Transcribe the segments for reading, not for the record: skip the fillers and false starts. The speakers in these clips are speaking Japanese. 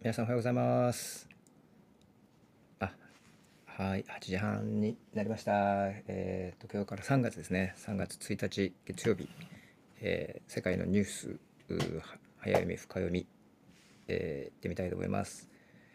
皆さんおはようございます。あ、はい、8時半になりました。今日から3月ですね。3月1日月曜日、世界のニュース、早読み、深読み、行ってみたいと思います。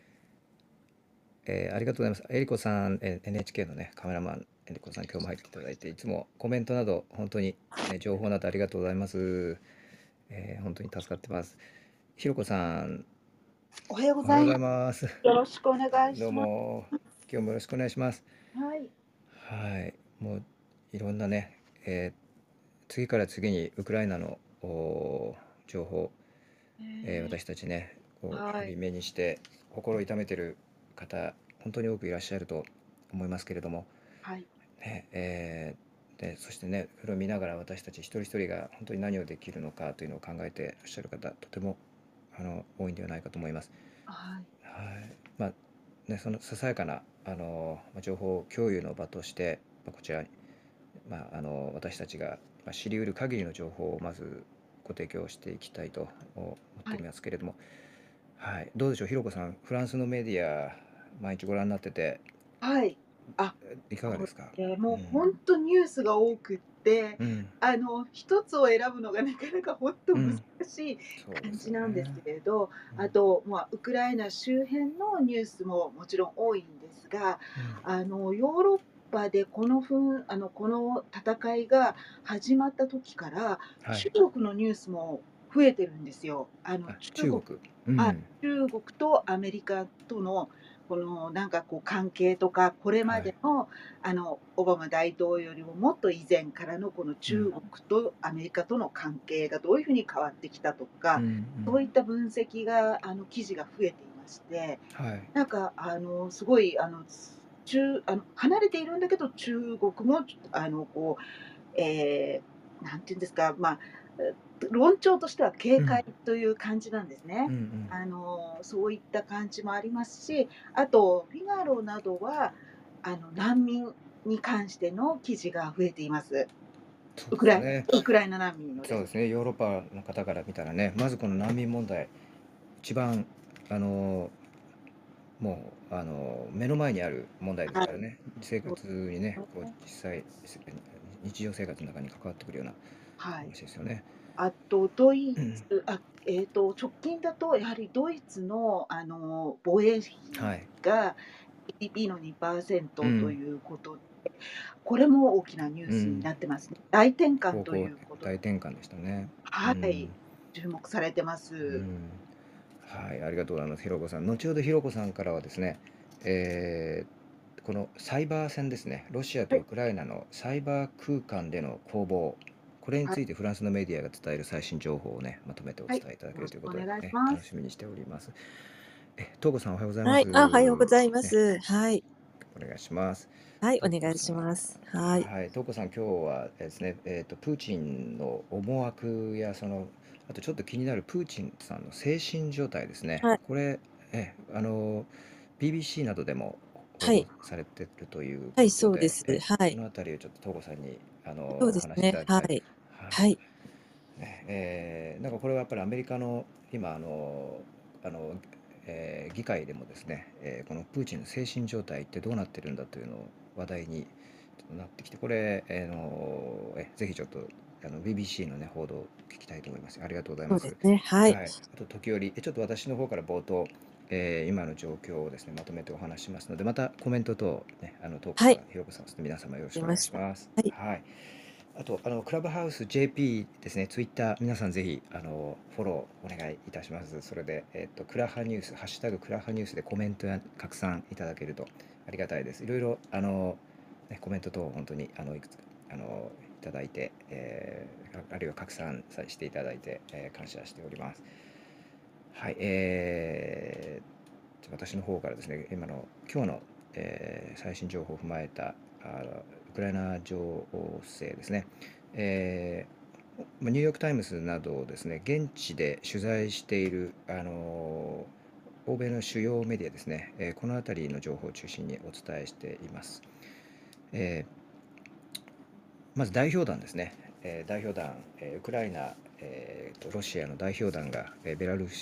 ありがとうございます。えりこさん、NHK のね、カメラマン、えりこさん、今日も入っていただいて、いつもコメントなど、本当に、情報などありがとうございます。本当に助かってます。ひろこさん、 おはようごおはようございざいます。 ます。 よろしくお願いどうします。 も、今日もよろしくお願いします。 はい。 はい、もういろんなね、次から次にウクライナの情報、私たちね、こう日はい。 々目にして心痛めてる方、本当に多くいらっしゃると思いますけれども、 はい。 ねでそしてね、それを見ながら私たち一人一人が本当に何をできるのかというのを考えていらっしゃる方、とても多いんではないかと思います。 はい。 はい、まあね、そのささやかな情報共有の場として、こちらに私たちが知り得る限りの情報をまずご提供していきたいと思っていはい。 ますけれども、はい、どうでしょう、ひろこさん、フランスのメディア、毎日ご覧になってて、 はい。あ、 いかがですか？ もう本当ニュースが多くって、 うん、 一つを選ぶのがなかなか本当難うん、 しい感そうですよじなんですね。 けれど、 うん、 あと、ウクライナ周辺のニュースももちろん多いんですが、 うん、 ヨーロッパでこの戦いが始まった時から、中はい。 国のニュースも増えてるんですよ。 中国。うはい、 ん。 中国とアメリカとの関係とか、これはい。 までのオバマ大統領よりももっと以前からのこのうん、 中国とアメリカとの関係がどういうふうに変わってきたとか、 うん、うん。 そういった分析が記事が増えていまして、 はい。 すごい離れているんだけど、中国もなんていうんですか、論調としては警うん、 戒という感じなんですね。 うん、うん。 そういった感じもありますし、あとフィガロなどは、難民に関しての記事が増えています。 そうですね。 ウクライナ難民のです。 そうですね。ヨーロッパの方から見たらね、まずこの難民問題、一番あのもう目の前にある問題ですはい。 からね、生そう活にね、こうですね。 実際日常生活の中に関わってくるようなはい。 話ですよね。 あとドイうん、 ツ、直近だとやはりドイツの防衛費はい。 が GDP の2%とうん、 いうことで、これも大きなニュースにうん。 なってますね。大転換と方向いうことで、 大転換でしたね。うはい、 ん、 注目されてます。 うん。はい、ありがとうございます。ひろこさん。後ほどひろこさんからはですね、このサイバー戦ですね、ロシアはい、 とウクライナのサイバー空間での攻防、これにはい、 ついてフランスのメディアが伝える最新情報をね、まとめておはい、 伝えいただけよろしくおるということで、ね、 願いします。 楽しみにしております。東子さんおはようございまはい、 す。 おはようございまね、 す。はい。 お願いします。 はい、お東子さん、 願いします。はい。 はい、東子さん、今日はですね、プーチンの思惑やあとちょっと気になるプーチンさんの精神状態ですね。 はい。 これ、BBC などでも報道はい。 されてるというはい、 ことで、 そうです。はい。 そのあたりをちょっと東子さんにそうお話しいたですね。 だきたい。 はい。 はい。 はい。 ねなんかこれはやっぱりアメリカの今あの、議会でもですね、このプーチンの精神状態ってどうなってるんだというのを話題にちょっとなってきて、これ、ぜひちょっとBBC の、ね、報道を聞きたいと思います。ありがとうございます。 そうですね。はい。 はい、あと時折ちょっと私の方から冒頭、今の状況をですねまとめてお話ししますので、またコメント等、ね、東子さん、 はい。 ひろこさん、そして皆様よろしくお願い出ました。 します。 はい。 はい。あと、クラブハウス JP ですね、ツイッター、皆さんぜひ、フォローお願いいたします。それで、クラハニュース、ハッシュタグクラハニュースでコメントや拡散いただけるとありがたいです。いろいろ、コメント等、本当に、いくつか、いただいて、あるいは拡散していただいて、感謝しております。はい、私の方からですね、今日の、最新情報を踏まえたウクライナ情勢ですね、ニューヨーク・タイムズなどをですね、現地で取材している、欧米の主要メディアですね、この辺りの情報を中心にお伝えしています。えまず代表団ですね、代表団、ウクライナ、ロシアの代表団が、ベラルーシで、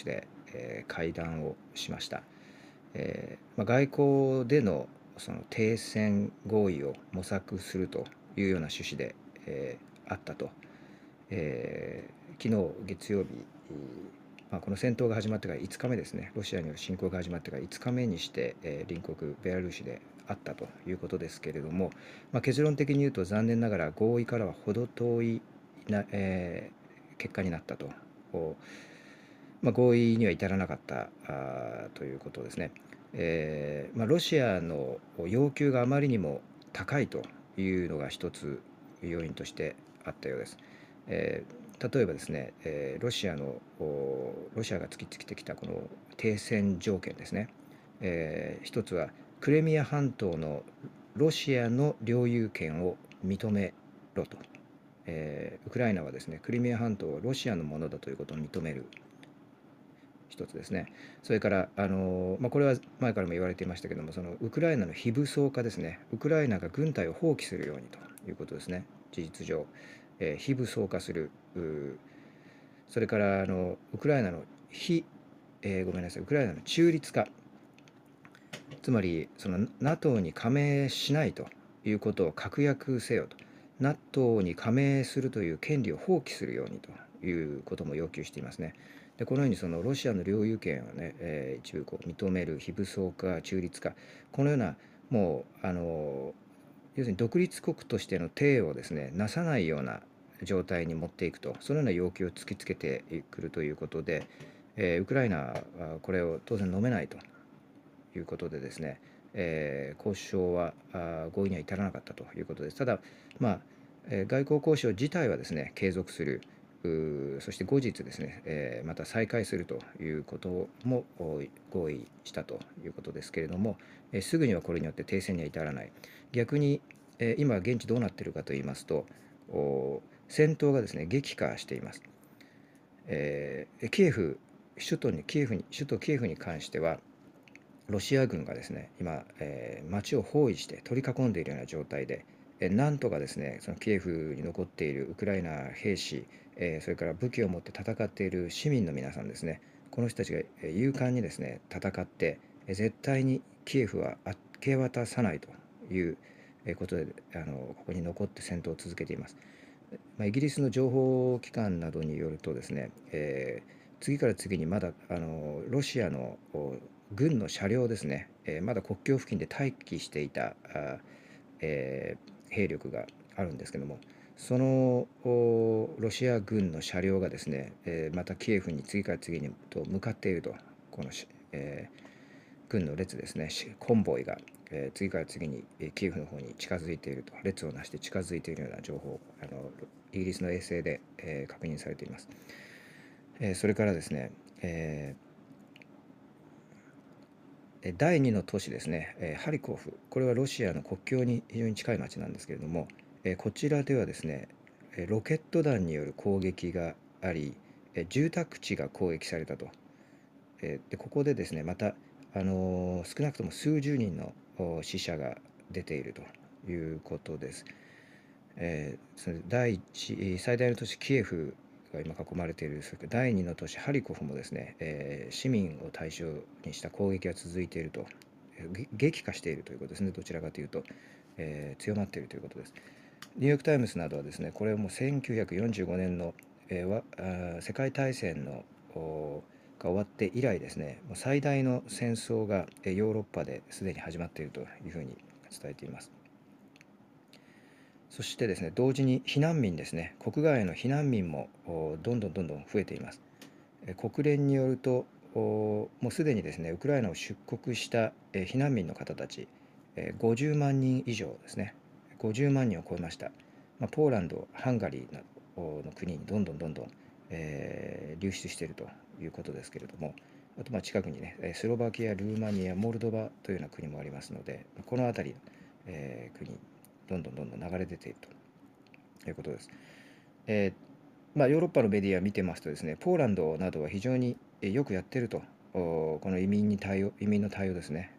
会談をしました。外交でのその停戦合意を模索するというような趣旨で、あったと、昨日月曜日、この戦闘が始まってから5日目ですね、ロシアによる侵攻が始まってから5日目にして、隣国ベラルーシであったということですけれども、結論的に言うと残念ながら合意からは程遠いな、結果になったと、合意には至らなかったということですね。ロシアの要求があまりにも高いというのが一つ要因としてあったようです。例えばですね、ロシアが突きつけてきたこの停戦条件ですね、一つはクリミア半島のロシアの領有権を認めろと、ウクライナはですねクリミア半島はロシアのものだということを認める、一つですね。それからこれは前からも言われていましたけども、そのウクライナの非武装化ですね、ウクライナが軍隊を放棄するようにということですね、事実上、非武装化する、それからウクライナのごめんなさい、ウクライナの中立化、つまりその NATO に加盟しないということを確約せよと、NATO に加盟するという権利を放棄するようにということも要求していますね。でこのようにそのロシアの領有権をね、一部認める非武装化、中立化、このようなもう要するに独立国としての体をですねなさないような状態に持っていくと、そのような要求を突きつけてくるということで、ウクライナはこれを当然飲めないということでですね、交渉は合意には至らなかったということです。ただ、外交交渉自体はですね継続する、そして後日ですね、また再開するということも合意したということですけれども、すぐにはこれによって停戦には至らない。逆に、今現地どうなっているかといいますと、戦闘がですね激化しています。キエフ首都キエフに関してはロシア軍がですね今、町を包囲して取り囲んでいるような状態で、なんとかですねそのキエフに残っているウクライナ兵士、それから武器を持って戦っている市民の皆さんですね、この人たちが勇敢にですね戦って、絶対にキエフは明け渡さないということでここに残って戦闘を続けています。イギリスの情報機関などによるとですね、次から次にまだロシアの軍の車両ですね、まだ国境付近で待機していた兵力があるんですけども、そのロシア軍の車両がですね、またキエフに次から次にと向かっていると、この軍の列ですね、コンボイが、次から次にキエフの方に近づいていると、列をなして近づいているような情報、イギリスの衛星で、確認されています。それからですね、第2の都市ですね、ハリコフ、これはロシアの国境に非常に近い町なんですけれども、こちらではですね、ロケット弾による攻撃があり、住宅地が攻撃されたと。でここでですねまた、少なくとも数十人の死者が出ているということです。その最大の都市キエフが今囲まれている、それから第2の都市ハリコフもですね、市民を対象にした攻撃が続いていると、激化しているということですね。どちらかというと、強まっているということです。ニューヨーク・タイムズなどはですね、これはもう1945年の、世界大戦のが終わって以来ですね、もう最大の戦争がヨーロッパですでに始まっているというふうに伝えています。そしてですね、同時に避難民ですね、国外への避難民もどんどん増えています。国連によると、もうすでにですね、ウクライナを出国した避難民の方たち、50万人以上ですね、50万人を超えました。ポーランド、ハンガリーなどの国にどんどん流出しているということですけれども、あと近くにね、スロバキア、ルーマニア、モルドバというような国もありますので、この辺りの、国、どんどん流れ出ているということです。ヨーロッパのメディアを見てますとですね、ポーランドなどは非常によくやっていると、この移民の対応ですね、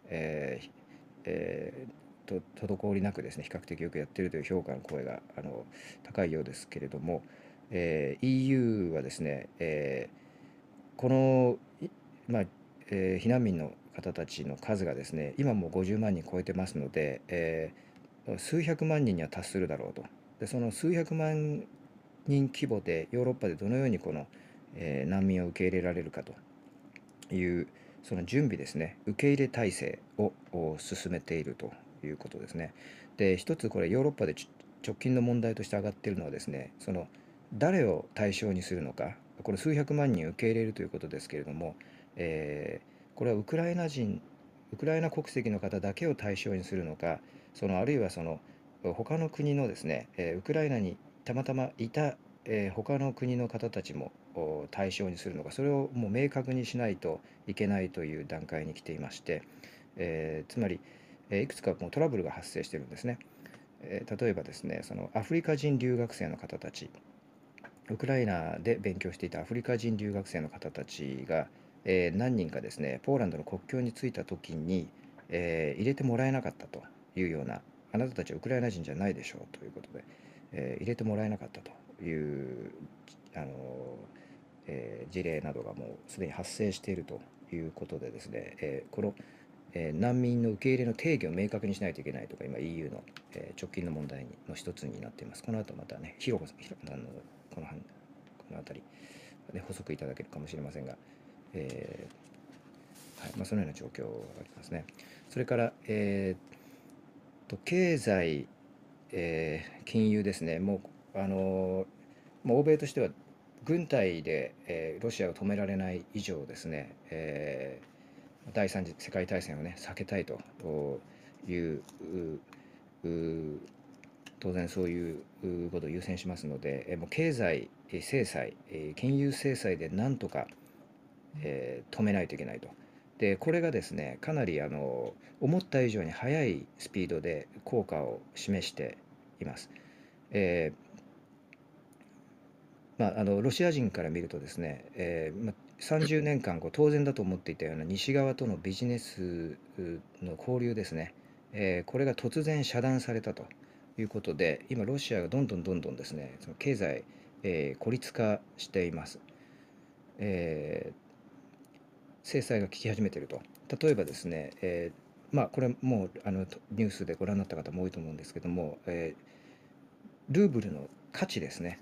滞りなくですね、比較的よくやっているという評価の声が高いようですけれども、EU はですね、このまあ避難民の方たちの数がですね、今もう50万人超えてますので、数百万人には達するだろうと。で、その数百万人規模でヨーロッパでどのようにこの、難民を受け入れられるかというその準備ですね、受け入れ体制を進めているということですね。で、一つこれヨーロッパで直近の問題として上がっているのはですね、その誰を対象にするのか、これ数百万人受け入れるということですけれども、これはウクライナ人、ウクライナ国籍の方だけを対象にするのか、あるいはその他の国のですね、ウクライナにたまたまいた、他の国の方たちも対象にするのか、それをもう明確にしないといけないという段階に来ていまして、つまり、いくつかもうトラブルが発生しているんですね。例えばですね、そのアフリカ人留学生の方たち、ウクライナで勉強していたアフリカ人留学生の方たちが、何人かですね、ポーランドの国境に着いた時に、入れてもらえなかったというような、あなたたちはウクライナ人じゃないでしょうということで、入れてもらえなかったというあの、事例などがもうすでに発生しているということでですね、この、難民の受け入れの定義を明確にしないといけないとか、今 EU の、直近の問題の一つになっています。この後またね、広くこの辺りで補足いただけるかもしれませんが、はい、そのような状況がありますね。それから、経済、金融ですね、もう欧米としては軍隊で、ロシアを止められない以上ですね、第三次世界大戦をね避けたいという当然そういうことを優先しますので、もう経済制裁、金融制裁でなんとか、止めないといけないと。で、これがですね、かなり思った以上に速いスピードで効果を示しています。えロシア人から見るとですね、30年間当然だと思っていたような西側とのビジネスの交流ですね、これが突然遮断されたということで、今ロシアがどんどんどんどんですね、その経済、孤立化しています。え制裁が効き始めていると。例えばですね、これもうニュースでご覧になった方も多いと思うんですけども、ルーブルの価値ですね、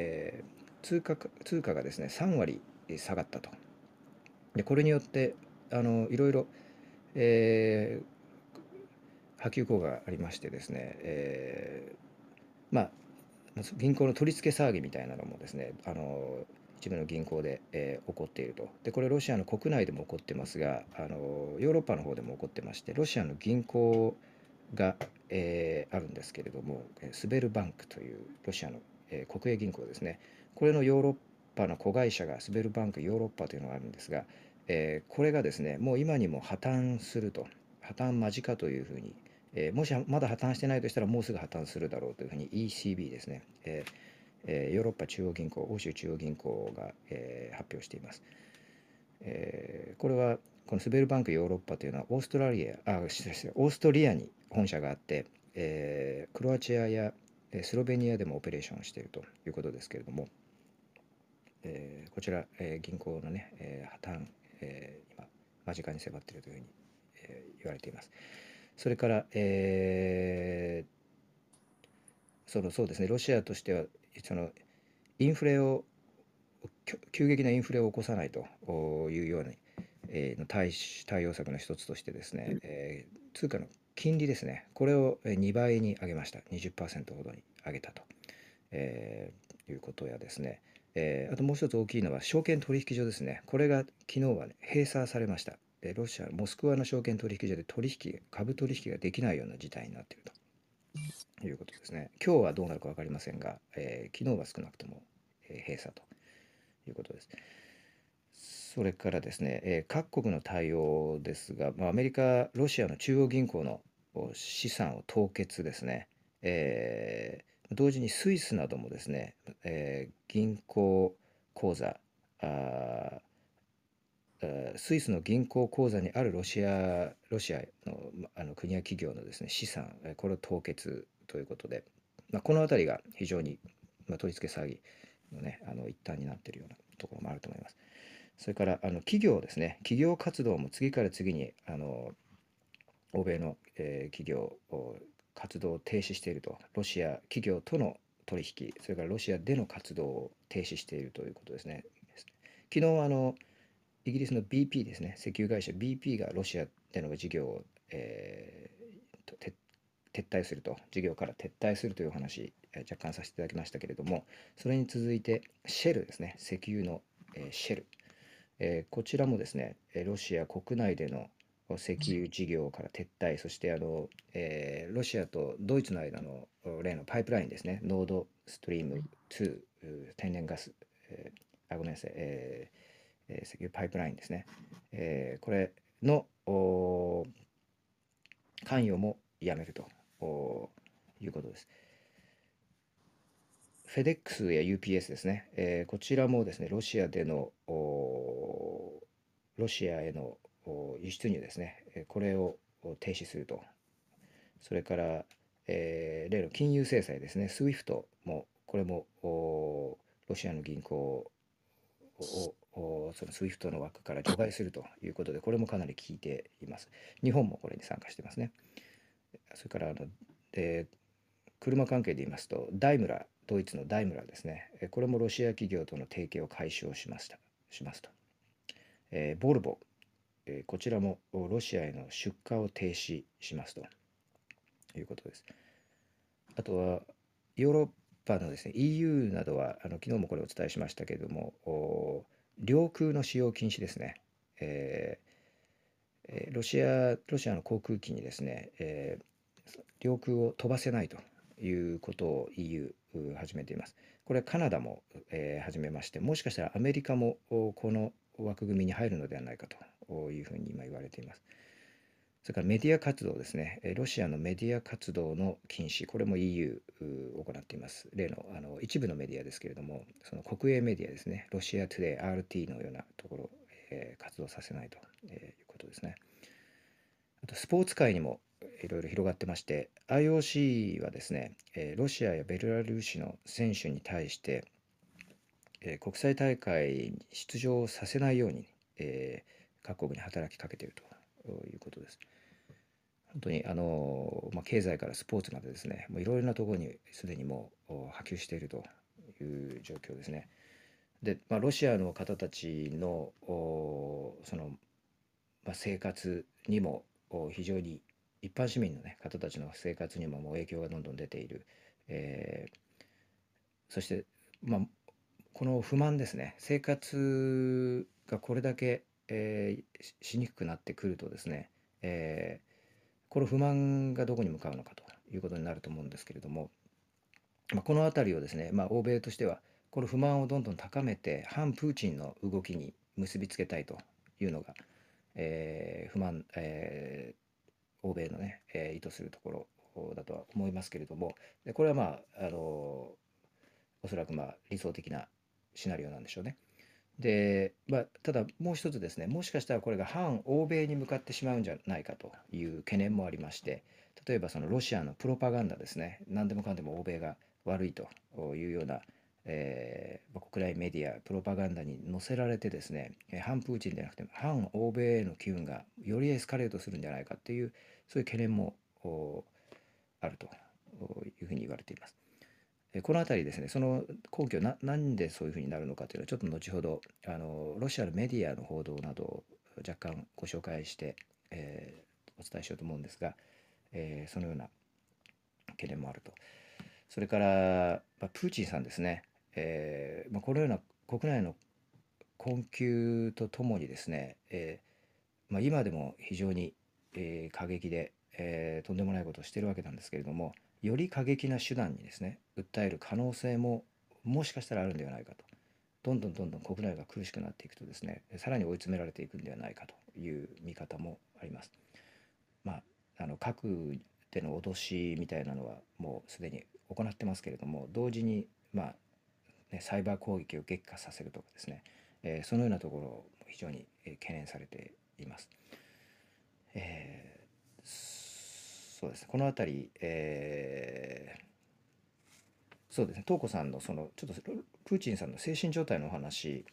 通貨がですね3割下がったと。でこれによっていろいろ、え波及効果がありましてですね、まあ銀行の取り付け騒ぎみたいなのもですね、一部の銀行で、起こっていると。で、これロシアの国内でも起こってますが、ヨーロッパの方でも起こってまして、ロシアの銀行が、あるんですけれども、スベルバンクというロシアの、国営銀行ですね。これのヨーロッパの子会社がスベルバンクヨーロッパというのがあるんですが、これがですね、もう今にも破綻すると、破綻間近というふうに、もしまだ破綻してないとしたらもうすぐ破綻するだろうというふうに ECB ですね、ヨーロッパ中央銀行、欧州中央銀行が、発表しています。これはこのスベルバンクヨーロッパというのはオーストリアに本社があって、クロアチアやスロベニアでもオペレーションをしているということですけれども、こちら、銀行のね、破綻、今間近に迫っているというふうに、言われています。それから、そうですね、ロシアとしてはそのインフレを急激なインフレを起こさないというような、対応策の一つとしてですね、通貨の金利ですね、これを2倍に上げました。20%ほどに上げたと、いうことやですね、あともう一つ大きいのは証券取引所ですね。これが昨日は、ね、閉鎖されました。ロシア、モスクワの証券取引所で株取引ができないような事態になっているということですね。今日はどうなるか分かりませんが、昨日は少なくとも、閉鎖ということです。それからですね、各国の対応ですが、アメリカ、ロシアの中央銀行の資産を凍結ですね、同時にスイスなどもですね、銀行口座、あスイスの銀行口座にあるロシアの、国や企業のですね、資産、これを凍結ということで、この辺りが非常に、取り付け騒ぎのね、一端になっているようなところもあると思います。 それから企業ですね、企業活動も次から次に欧米の、企業活動を停止していると、ロシア企業との取引、それからロシアでの活動を停止しているということですね。昨日イギリスの BP ですね、石油会社 BP がロシアでの事業を、撤退すると、事業から撤退するというお話、若干させていただきましたけれども、それに続いてシェルですね、石油の、シェル、こちらもですね、ロシア国内での石油事業から撤退、そしてロシアとドイツの間の例のパイプラインですね、ノードストリーム2、天然ガス、ごめんなさい、石油パイプラインですね、これの関与もやめるということです。フェデックスや UPS ですね、こちらもですね、ロシアでのロシアへの輸出入ですね、これを停止すると。それから、例の金融制裁ですね、SWIFT も、これもロシアの銀行をその SWIFT の枠から除外するということで、これもかなり効いています。日本もこれに参加してますね。それからで車関係で言いますと、ダイムラー、ドイツのダイムラーですね、これもロシア企業との提携を解消しますと。ボルボ、こちらもロシアへの出荷を停止しますということです。あとはヨーロッパのですね EU などは昨日もこれお伝えしましたけれども、領空の使用禁止ですね、ロシアの航空機にですね、領空を飛ばせないということを EU 始めています。これカナダも、始めまして、もしかしたらアメリカもこの枠組みに入るのではないかというふうに今言われています。それからメディア活動ですね、ロシアのメディア活動の禁止、これも EU 行っています。例の一部のメディアですけれども、その国営メディアですね、ロシアトゥデイ、RT のようなところ、活動させないということですね。あとスポーツ界にもいろいろ広がってまして、 IOC はですね、ロシアやベラルーシの選手に対して、国際大会に出場させないように、各国に働きかけているということです。本当に経済からスポーツまでですね、もういろいろなところにすでにもう波及しているという状況ですね。で、ロシアの方たちのその、生活にも非常に一般市民の、方たちの生活にももう影響がどんどん出ている、そして、この不満ですね、生活がこれだけ、しにくくなってくるとですね、この不満がどこに向かうのかということになると思うんですけれども、この辺りをですね、欧米としてはこの不満をどんどん高めて反プーチンの動きに結びつけたいというのが、不満、欧米のね、意図するところだとは思いますけれども、でこれはおそらく理想的なシナリオなんでしょうね。で、ただもう一つですね、もしかしたらこれが反欧米に向かってしまうんじゃないかという懸念もありまして、例えばそのロシアのプロパガンダですね、何でもかんでも欧米が悪いというような、国内メディア、プロパガンダに載せられてですね、反プーチンでなくて反欧米への機運がよりエスカレートするんじゃないかっていう、そういう懸念もあるというふうに言われています。この辺りですね、その根拠なんでそういうふうになるのかというのは、ちょっと後ほどロシアのメディアの報道などを若干ご紹介して、お伝えしようと思うんですが、そのような懸念もあると。それから、プーチンさんですね、このような国内の困窮とともにですね、今でも非常に、過激で、とんでもないことをしているわけなんですけれども、より過激な手段にですね訴える可能性ももしかしたらあるんではないかと。どんどん国内が苦しくなっていくとですね、さらに追い詰められていくんではないかという見方もあります。核での脅しみたいなのはもうすでに行ってますけれども、同時にサイバー攻撃を激化させるとかですね、そのようなところも非常に懸念されています。そうですね、この辺り、そうですね、東子さんのそのちょっとプーチンさんの精神状態のお話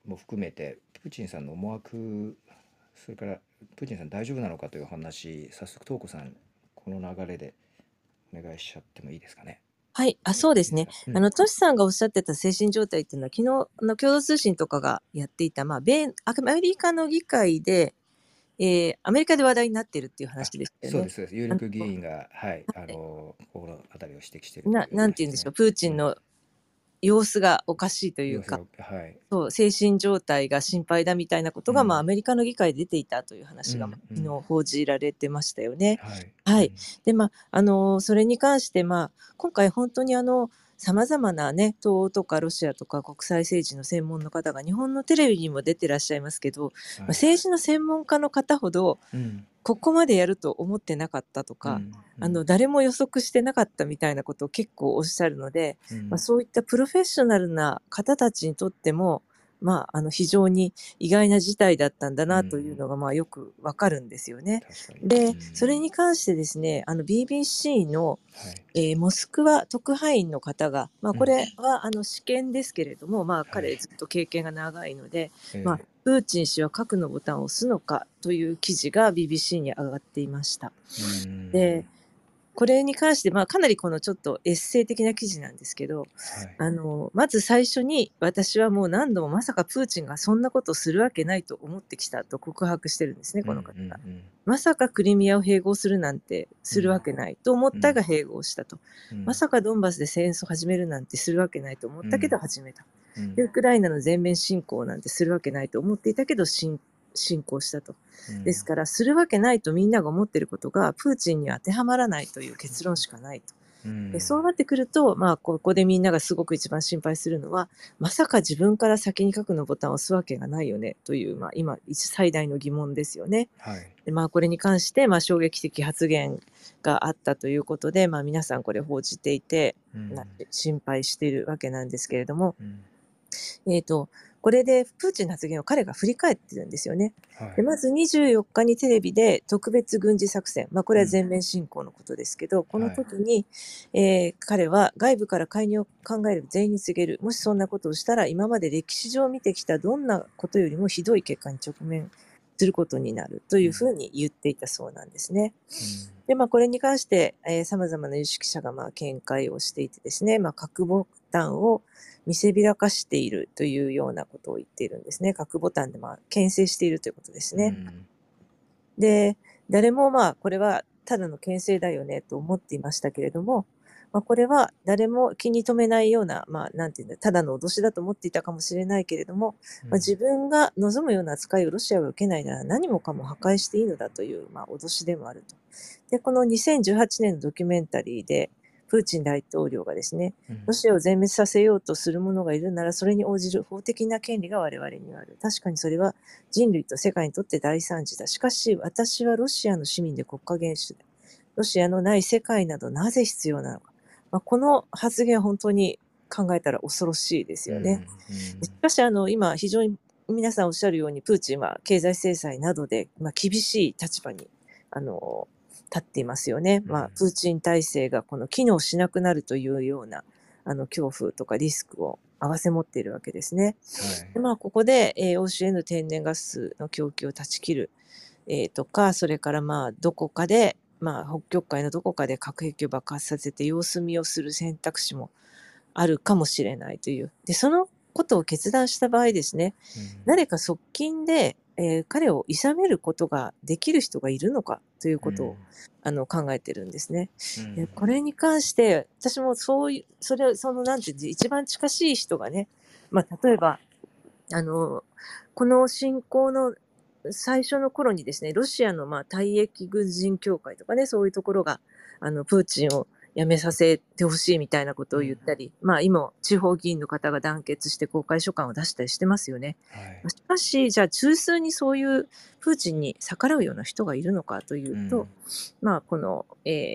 も含めて、プーチンさんの思惑、それからプーチンさん大丈夫なのかという話、早速、東子さん、この流れでお願いしちゃってもいいですかね。 はい。そうですね。 いいですか。うん。 トシさんがおっしゃってた精神状態っていうのは、昨日、共同通信とかがやっていた、アメリカの議会で、アメリカで話題になっているっていう話あ、 でしたよね。 そうです、そうです。有あの、 力議員が、はい、 はい。 この辺りを指摘しているというなんて話ですね。 言うんでしょう。プーチうん。 ンの様子がおかしいというか、 要請を、はい。 そう、精神状態が心配だみたいなことが、 うん。 アメリカの議会で出ていたという話が、 うん、うん。 昨日報じられてましたよね。 はい。 はい。 うん。 で、それに関して、今回本当に様々なね、東欧とかロシアとか国際政治の専門の方が日本のテレビにも出てらっしゃいますけど、 はい。 政治の専門家の方ほど、 うん。 ここまでやると思ってなかったとか、 うん。うん。 誰も予測してなかったみたいなことを結構おっしゃるので、 うん。 そういったプロフェッショナルな方たちにとっても、非常に意外な事態だったんだなといううん。 のが、よくわかるんですよね。 確かに。うで、それん。 に関してですね、BBC の、 はい。 モスクワ特派員の方が、 うん。 これは試験ですけれども、 はい。 彼ずっと経験が長いので、 えプーチン氏は核のボタンを押すのかという記事が BBC に上がっていました。 うで、 ん。 これに関して、かなりこのちょっとエッセイ的な記事なんですけど、 はい。 まず最初に私はもう何度もまさかプーチンがそんなことするわけないと思ってきたと告白してるんですね、 うん。うこの方が。 ん。 まさかクリミアを併合するなんてうん。 するわけないと思っうん。 たが併合したと。 うん。 まさかドンバスで戦争始めるなんてするわけないと思ったけうん。 ど始めた。で、 うん。 ウクライナの全面侵攻なんてするわけないと思っていたけど侵攻したと。 うん。 ですから、するわけないとみんなが思っていることが、プーチンには当てはまらないという結論しかないと。 うん。 でそうなってくると、ここでみんながすごく一番心配するのは、まさか自分から先に核のボタンを押すわけがないよねという、今、最大の疑問ですよね。 はい。 でこれに関して、衝撃的発言があったということで、皆さんこれ報じていて、 うん。 心配しているわけなんですけれども、 うん。 これでプーチンの発言を彼が振り返ってるんですよね。で、 はい。 まず24日にテレビで特別軍事作戦、これはうん。 全面侵攻のことですけど、このはい。 時に、彼は外部から介入を考える全員に告げる。もしそんなことをしたら、今まで歴史上見てきたどんなことよりもひどい結果に直面することになるといううん。 ふうに言っていたそうなんですね。 うん。 で、これに関して、様々な有識者が見解をしていてですね、核ボタンを見せびらかしているというようなことを言っているんですね。核ボタンで牽制しているということですね。 うん。 で、誰もこれはただの牽制だよねと思っていましたけれども、これは誰も気に留めないような、なんていうんだ、ただの脅しだと思っていたかもしれないけれども、自分が望むような扱いをロシアが受けないなら何もかも破壊していいのだという、脅しでもあると。で、この2018年のドキュメンタリーで、プーチン大統領がですね、 うん。 ロシアを全滅させようとする者がいるなら、それに応じる法的な権利が我々にはある。確かにそれは人類と世界にとって大惨事だ。しかし、私はロシアの市民で国家元首だ。ロシアのない世界などなぜ必要なのか。この発言は本当に考えたら恐ろしいですうん。 よね。 うん。 しかし、今、非常に皆さんおっしゃるように、プーチンは経済制裁などで、厳しい立場に、立っていますよね。 うん。 プーチン体制がこの機能しなくなるというような、恐怖とかリスクを併せ持っているわけですね。 はい。 でここで、欧州への天然ガスの供給を断ち切る、とか、それからどこかで、北極海のどこかで核兵器を爆発させて様子見をする選択肢もあるかもしれないという。で、そのことを決断した場合ですね、 うん。 誰か側近で、彼を諌めることができる人がいるのかといううん。 ことを、考えてるんですね。 うん。 で、これに関して、私もそういう、なんていうんです、一番近しい人がね、例えば、この侵攻の最初の頃にですね、ロシアの退役軍人協会とかね、そういうところが、プーチンを辞めさせてほしいみたいなことを言ったり、今、地方議員の方が団結して公開書簡を出したりしてますよね。 はい。 しかし、じゃあ、中枢にそういうプーチンに逆らうような人がいるのかというと、 うん。 この、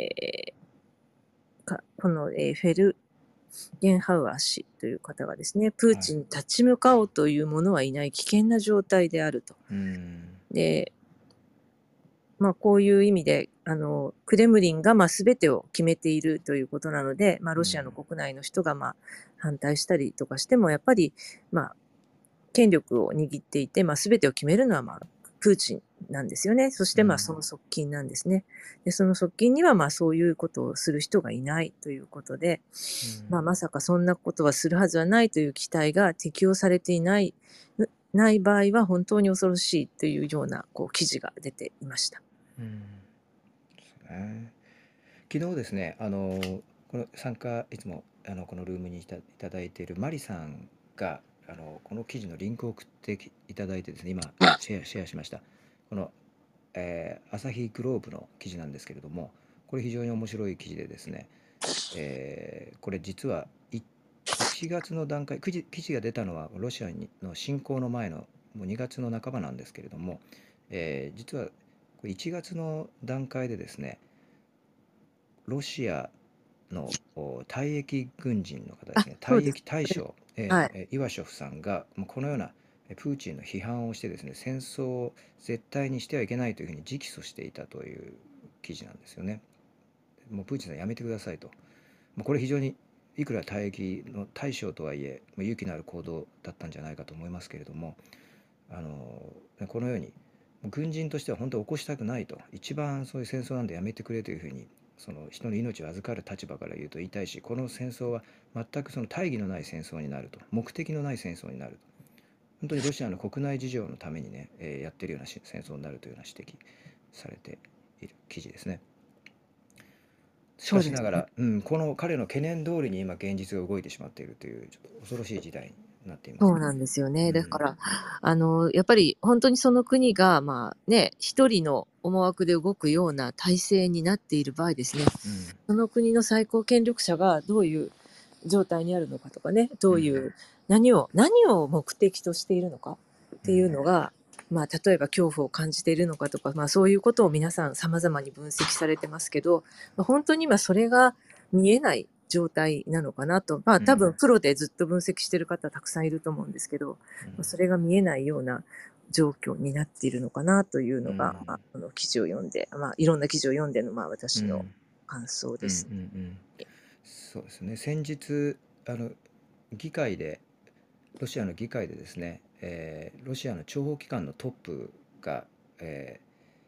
フェルゲンハウアー氏という方がですね、プーはい。 チンに立ち向かおうという者はいない危険な状態であると。 うん。 で、こういう意味で、クレムリンが全てを決めているということなので、ロシアのうん。 国内の人が反対したりとかしても、やっぱり、 権力を握っていて、全てを決めるのは、プーチンなんですよね。そして、その側近なんですね。で、その側近には、そういうことをする人がいないということで、まさかそんなことはするはずはないという期待が適用されていない場合は本当に恐ろしいというような記事が出ていました。 ですね。昨日ですね、この参加、いつもこのルームにいただいているマリさんがこの記事のリンクを送っていただいてですね、今シェアしました。この、朝日グローブの記事なんですけれども、これ非常に面白い記事でですね、これ実は1月の段階、記事が出たのはロシアの侵攻の前のもう2月の半ばなんですけれども、実はこれ1月の段階でですね、ロシアの退役軍人の方ですね、退そうです。 役大将、 はい。 イワショフさんがこのようなプーチンの批判をしてですね、戦争を絶対にしてはいけないというふうに直訴していたという記事なんですよね。もうプーチンさんやめてくださいと。これ非常にいくら退役の大将とはいえ勇気のある行動だったんじゃないかと思いますけれども、このように軍人としては本当は起こしたくないと、一番そういう戦争なんでやめてくれというふうにその人の命を預かる立場から言うと言いたいし、この戦争は全くその大義のない戦争になると、目的のない戦争になると、本当にロシアの国内事情のためにね、やってるような戦争になるというような指摘されている記事ですね。しそうですね。 かしながら、この彼の懸念通りに今現実が動いてしまっているというちょっと恐ろしい時代になっています。 そうなんですよね。だから、やっぱり本当にその国が、一人の思惑で動くような体制になっている場合ですね、その国の最高権力者がどういう状態にあるのかとかね、どういう、何を目的としているのかっていうのが、例えば恐怖を感じているのかとか、そういうことを皆さん様々に分析されてますけど、本当に今それが見えない状態なのかなと。多分プロでずっと分析してる方たくさんいると思うんですけど、それが見えないような状況になっているのかなというのが、この記事を読んで、いろんな記事を読んでの、私の感想です。 そうですね。先日議会でロシアの議会でですね、ロシアの諜報機関のトップが、え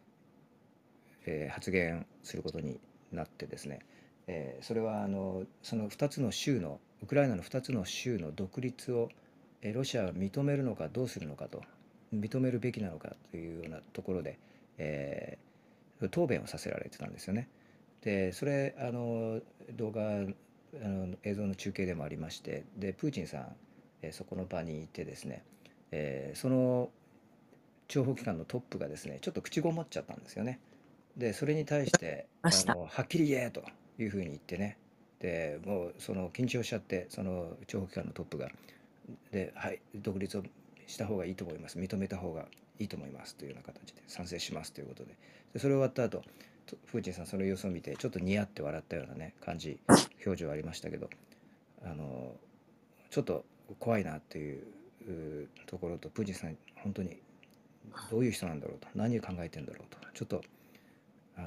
発言することになってですね、それはその2つの州のウクライナの2つの州の独立を、ロシアは認めるのかどうするのかと、認めるべきなのかというようなところで、答弁をさせられてたんですよね。でそれ動画映像の中継でもありまして、でプーチンさん、そこの場にいてですね、その諜報機関のトップがですねちょっと口ごもっちゃったんですよね。でそれに対してました。 はっきり言えというふうに言ってね、でもうその緊張しちゃって、その諜報機関のトップがはい、独立をした方がいいと思います、認めた方がいいと思いますというような形で賛成しますということで、それ終わった後プーチンさんその様子を見てちょっとニヤって笑ったようなね表情ありましたけど、ちょっと怖いなっていうところと、プーチンさん本当にどういう人なんだろうと、何を考えてんだろうと、ちょっとあの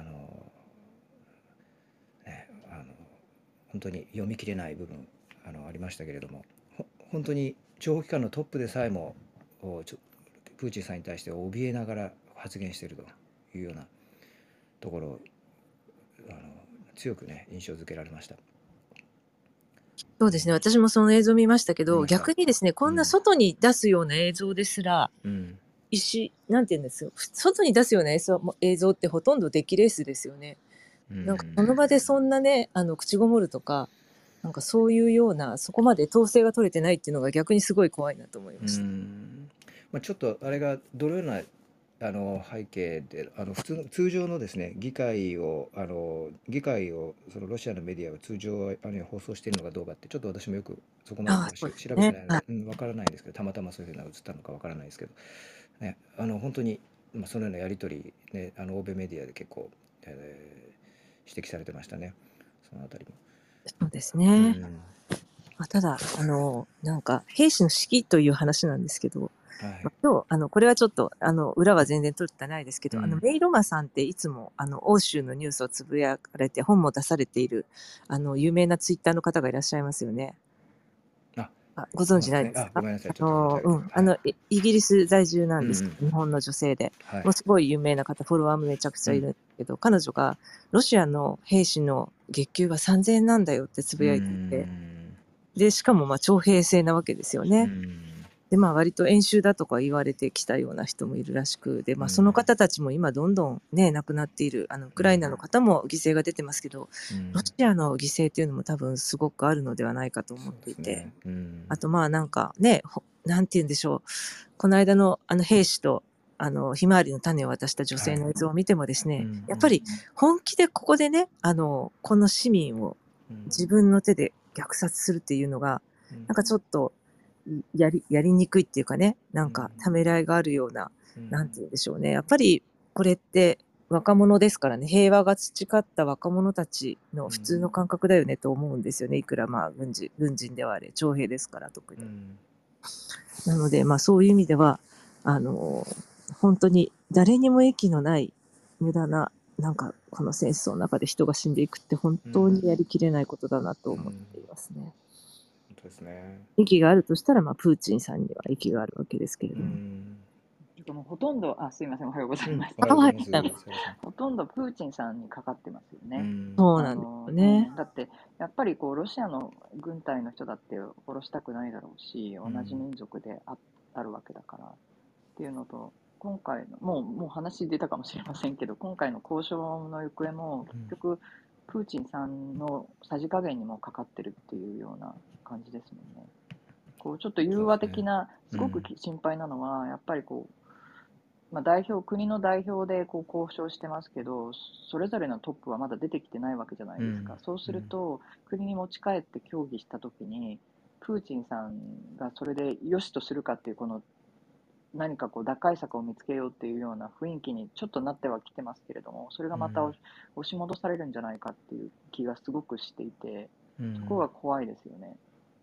ね本当に読み切れない部分ありましたけれども、本当に諜報機関のトップでさえもプーチンさんに対して怯えながら発言しているというようなところを強くね印象づけられました。 そうですね。私もその映像を見ましたけど、 見ました。 逆にですね、こんな外に出すような映像ですら、なんて言うんですよ。外に出すような映像ってほとんど出来レースですよね。なんかその場でそんなね、口ごもるとか、なんかそういうような、そこまで統制が取れてないっていうのが逆にすごい怖いなと思いました。 ちょっとあれがどのような背景で普通の通常のですね議会をそのロシアのメディアが通常放送しているのかどうかってちょっと私もよくそこまでそうです調べてね。 ないので、わからないんですけど、たまたまそういうふうな映ったのかわからないですけど、ね、本当に、そのようなやり取り、ね、欧米メディアで結構、指摘されてましたね、そのあたりも。 そうですね。ただ、なんか、兵士の士気という話なんですけど、 はい。 今日、これはちょっと、裏は全然取ってないですけど、 うん。 メイロマさんっていつも、欧州のニュースをつぶやかれて、本も出されている、有名なツイッターの方がいらっしゃいますよね。 ご存知ないですか？ ごめんなさい、ちょっと存じ上げてない。 イギリス在住なんです、 うん日本の女性で。 はいもうすごい有名な方、フォロワーもめちゃくちゃいるんですけど、彼女がロシアの兵士の月給は3000円なんだよってつぶやいていて、で、しかもまあ徴兵制なわけですよね。で、まあ割と演習だとか言われてきたような人もいるらしく、で、まあその方たちも今どんどんね、亡くなっている、ウクライナの方も犠牲が出てますけど、ロシアの犠牲っていうのも多分すごくあるのではないかと思っていて、あとまあなんかね、なんて言うんでしょう、この間の兵士とひまわりの種を渡した女性の映像を見てもですね、やっぱり本気でここでね、この市民を自分の手で虐殺するっていうのが、なんかちょっとやりにくいっていうかね、なんかためらいがあるような、なんて言うんでしょうね。やっぱりこれって若者ですからね、平和が培った若者たちの普通の感覚だよねと思うんですよね。いくらまあ軍人ではあれ、徴兵ですから特に。なので、まあそういう意味では、本当に誰にも益のない無駄な、なんかこの戦争の中で人が死んでいくって本当にやりきれないことだなと思っていますね。 本当ですね。 息があるとしたら、まあプーチンさんには息があるわけですけれども。 もうほとんど、すいません、おはようございます。ほとんどプーチンさんにかかってますよね。 そうなんですよね。 だって、やっぱりこうロシアの軍隊の人だって殺したくないだろうし、同じ民族であるわけだからっていうのと、今回の、もう話出たかもしれませんけど、今回の交渉の行方も結局、プーチンさんのさじ加減にもかかってるっていうような感じですもんね。こうちょっと融和的な、すごく心配なのは、やっぱりこう、国の代表でこう交渉してますけど、それぞれのトップはまだ出てきてないわけじゃないですか。そうすると、国に持ち帰って協議したときに、プーチンさんがそれで良しとするかっていう、この何かこう打開策を見つけようっていうような雰囲気にちょっとなってはきてますけれども、それがまた押し戻されるんじゃないかっていう気がすごくしていて、そこが怖いですよね。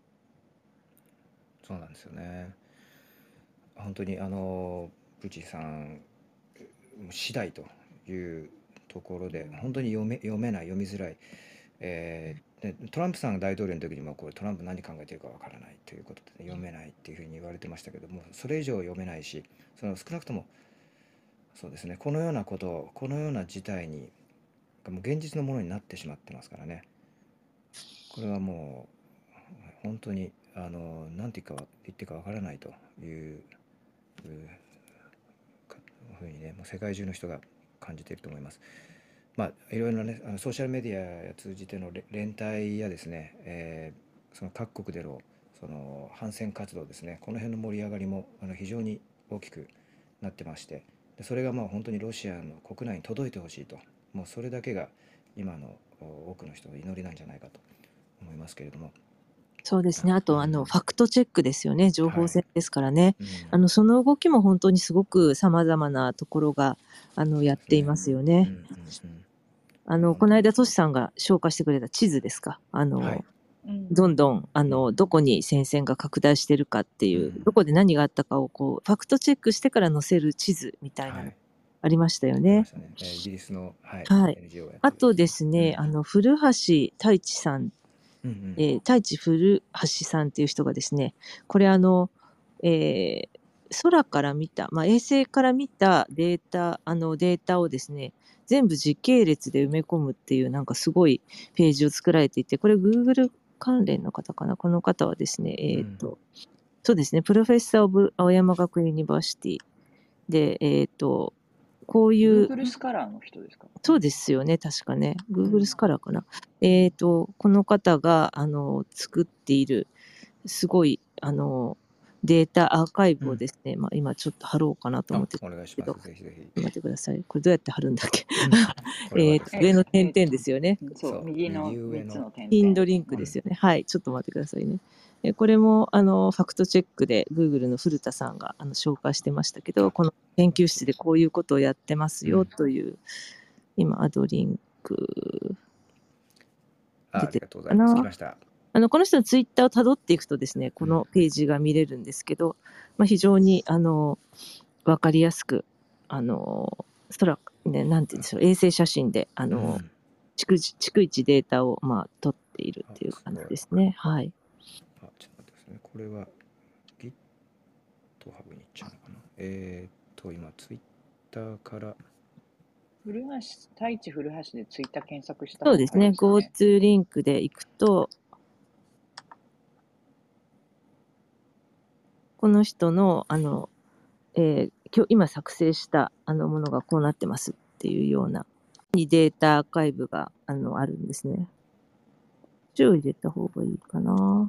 そうなんですよね。本当にプーチンさん次第というところで本当に読めない、読みづらい、でトランプさんが大統領の時にもこれトランプ何考えてるかわからないということで、読めないっていうふうに言われてましたけども、それ以上読めないし、少なくともそうですね、このようなこと、このような事態にもう現実のものになってしまってますからね。これはもう本当に何て言っていいかわからないというふうにね、もう世界中の人が感じていると思います。いろいろなね、ソーシャルメディアを通じての連帯やですね、その各国でのその反戦活動ですね、この辺の盛り上がりも非常に大きくなってまして、それが本当にロシアの国内に届いてほしいと、もうそれだけが今の多くの人の祈りなんじゃないかと思いますけれども。 そうですね。あと、ファクトチェックですよね。情報戦ですからね。その動きも本当にすごく様々なところが、やっていますよね。この間、トシさんが紹介してくれた地図ですか。どんどん、どこに戦線が拡大しているかっていう、どこで何があったかをこう、ファクトチェックしてから載せる地図みたいなのありましたよね。 イギリスの、 NGO あとですね、古橋太一さん、太一古橋さんっていう人がですね、これ空から見た、衛星から見たデータをですね、全部時系列で埋め込むっていうなんかすごいページを作られていて、これ Google 関連の方かな。この方はですね、そうですね、プロフェッサー・オブ・青山学院ユニバーシティで、こういう。 Google スカラーの人ですか？ そうですよね、確かね。Google スカラーかな。この方が、作っている、すごい、データアーカイブをですね、今ちょっと貼ろうかなと思ってお願いします。ぜひぜひ。 待ってください。これどうやって貼るんだっけ？上の点々ですよね。 そう、右の3つの点々。 ピンドリンクですよね。はい、ちょっと待ってくださいね。これもファクトチェックで Google の古田さんが紹介してましたけど、この研究室でこういうことをやってますよという、今アドリンク出てるかな。来ました。 この人のツイッターをたどっていくとですね、このページが見れるんですけど、非常にわかりやすくなんて言うんでしょう、衛星写真で逐一データを取っているっていう感じですね。はい。 ちょっと待ってですね。ここれは GitHub に行っちゃうのかな。今、Twitter から、 太一古橋でツイッター検索したそうですね。 方がいいですかね。 GoTo リンクで行くと、この人の、今作成したものがこうなってますっていうような、データアーカイブがあるんですね。こっちを入れた方がいいかな。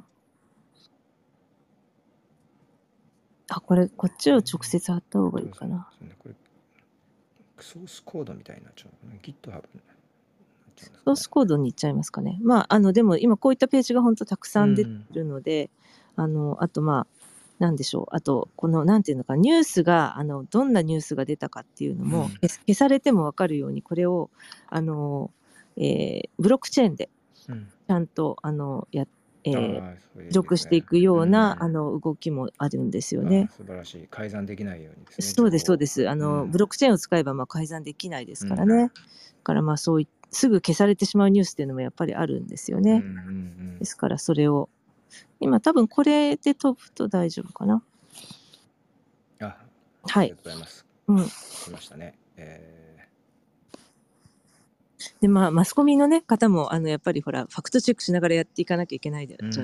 こっちを直接貼った方がいいかな。 そうね、これ、ソースコードみたいになっちゃうのかな。GitHub になっちゃうんですかソーね。 スコードに行っちゃいますかね。でも今こういったページが本当たくさん出てるので、あとなんでしょう。あと、なんていうのか、ニュースが、どんなニュースが出たかっていうのも、消されてもわかるように、これを、ブロックチェーンで、ちゃんと、記録していくような、動きもあるんですよね。 素晴らしい。改ざんできないようにですね。 そうです、そうです。ブロックチェーンを使えば、改ざんできないですからね。だからすぐ消されてしまうニュースっていうのもやっぱりあるんですよね。ですからそれを今多分これで飛ぶと大丈夫かな。 あはい。 りがとうございます。来ましたね。 でマスコミのね方もやっぱりほらファクトチェックしながらやっていかなきゃいけないじゃない。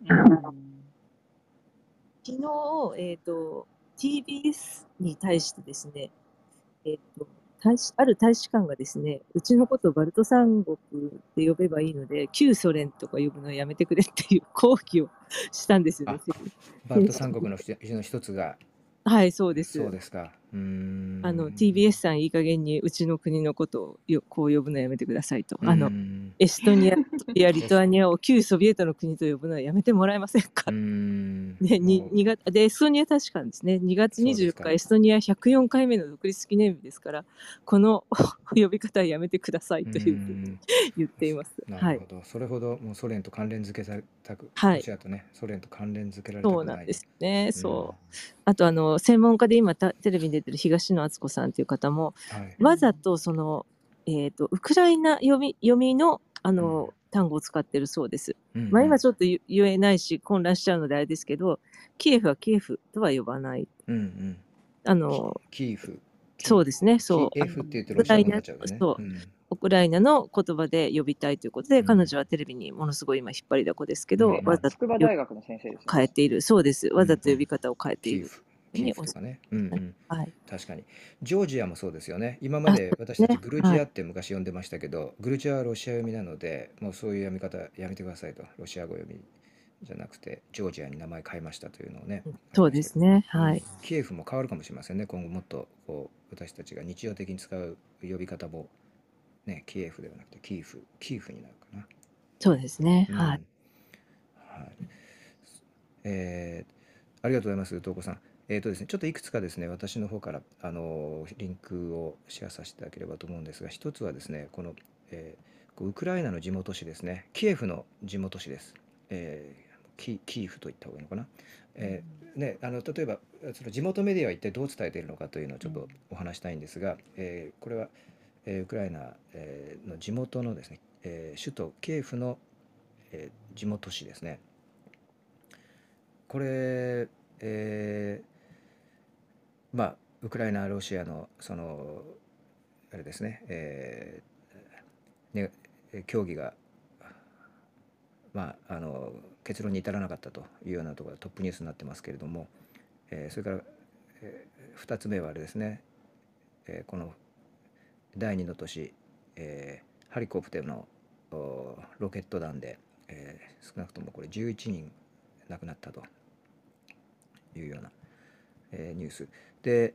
昨日TBS に対してですね、ある大使館がですね、うちのことをバルト三国で呼べばいいので、旧ソ連とか呼ぶのやめてくれっていう抗議をしたんですよね。 バルト三国の一つが。 はい、そうです。 そうですか。 TBS さんいい加減にうちの国のことをこう呼ぶのやめてくださいと。エストニアやリトアニアを旧ソビエトの国と呼ぶのはやめてもらえませんか。でエストニア確かですね、2月24日エストニア104回目の独立記念日ですから、この呼び方はやめてくださいというふうに言っています。 なるほど。それほどもうソ連と関連付けされたく、ロシアとね、ソ連と関連付けられたくない。 そうなんですね。そう。あと専門家で今テレビに出てる東野敦子さんという方も、わざとウクライナ読みの単語を使ってるそうです。今ちょっと言えないし混乱しちゃうのであれですけど、キエフはキエフとは呼ばない。 キーフ。 そうですね。そう。 キエフって言ってロシア語になっちゃうね。 ウクライナの言葉で呼びたいということで、彼女はテレビにものすごい今引っ張りだこですけど、わざと筑波大学の先生です、 変えている。そうです。わざと呼び方を変えている。 キーフとかね。確かに。ジョージアもそうですよね。今まで私たちグルジアって昔呼んでましたけど、グルジアはロシア読みなので、もうそういう読み方やめてくださいと。ロシア語読みじゃなくて、ジョージアに名前変えましたというのをね。 そうですね。はい。 キエフも変わるかもしれませんね。今後もっと私たちが日常的に使う呼び方もね、キエフではなくてキーフになるかな。 そうですね。はい。 ありがとうございます、東子さん。ですね、ちょっといくつかですね、私の方からリンクをシェアさせていただければと思うんですが、一つはですね、この、ウクライナの地元紙ですね、キエフの地元紙です。キーフと言った方がいいのかな。例えばその地元メディアは一体どう伝えているのかというのをちょっとお話したいんですが、これは、ウクライナの地元のですね、首都キエフの地元紙ですね。これ、ウクライナロシアのあれですね、協議が結論に至らなかったというようなところがトップニュースになってますけれども、それから、2つ目はあれですね、この第2の都市、ハリコフでのロケット弾で、少なくともこれ11人亡くなったというような、ニュースで、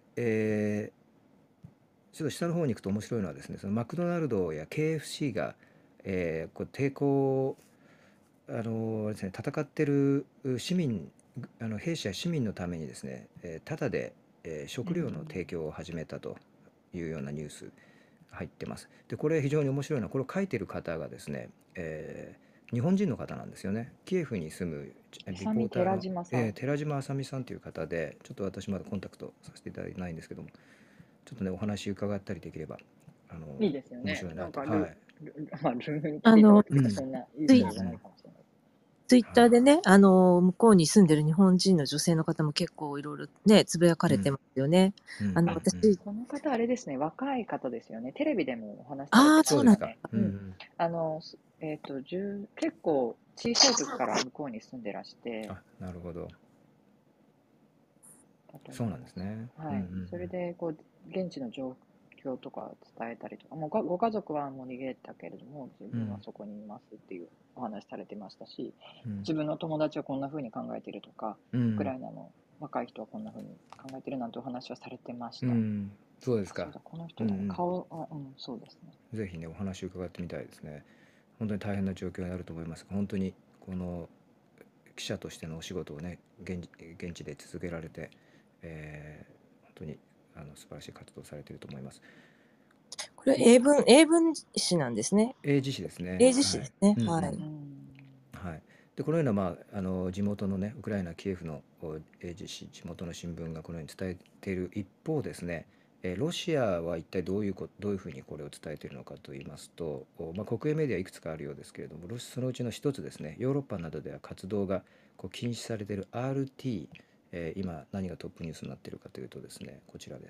ちょっと下の方に行くと面白いのはですね、そのマクドナルドや KFC が、これ抵抗ですね、戦ってる市民兵士や市民のためにですね、タダで、食料の提供を始めたというようなニュース入ってます。でこれ非常に面白いのは、これを書いてる方がですね、日本人の方なんですよね。キエフに住むリポーターの寺島あさみさんという方で、ちょっと私まだコンタクトさせていただいてないんですけども、ちょっとねお話伺ったりできればいいですよね。 面白いなと。 ルームに来ていただくとかそんなユースじゃないかもしれない。 ツイッターでね、向こうに住んでる日本人の女性の方も結構いろいろね、つぶやかれてますよね。 あ、 私、 この方あれですね、若い方ですよね。テレビでもお話しされてそうですか。 ましたね。結構小さい時から向こうに住んでらして、 なるほど。 だとそうな思います。 んですね。 はい。それで、こう、現地の状況とか伝えたりとか、もうご家族はもう逃げたけれども、自分はそこにいますっていうお話されてましたし、自分の友達はこんな風に考えてるとか、ウクライナの若い人はこんな風に考えてるなんてお話はされてました。 そうですか。 そうだ、この人だね。顔は、そうですね。 ぜひね、お話を伺ってみたいですね。本当に大変な状況になると思いますが、本当にこの記者としてのお仕事をね、現地で続けられて、本当に素晴らしい活動をされていると思います。 これ英文紙なんですね。 英字紙ですね。 英字紙ですね。はい。 はい。でこのような、地元のね、ウクライナキエフの英字紙、地元の新聞がこのように伝えている一方ですね、ロシアは一体どういうふうにこれを伝えているのかといいますと、国営メディアいくつかあるようですけれども、そのうちの一つですね、ヨーロッパなどでは活動が禁止されている RT、今何がトップニュースになっているかというとですね、こちらです。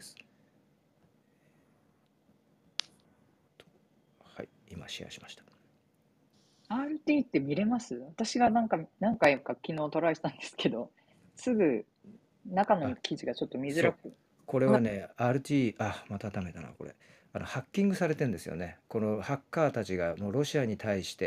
はい、今シェアしました。 RT って見れます？私が何回か昨日トライしたんですけど、すぐ中の記事がちょっと見づらく。 これはね、RT、またダメだな、これ。ハッキングされてるんですよね。このハッカーたちがもうロシアに対して、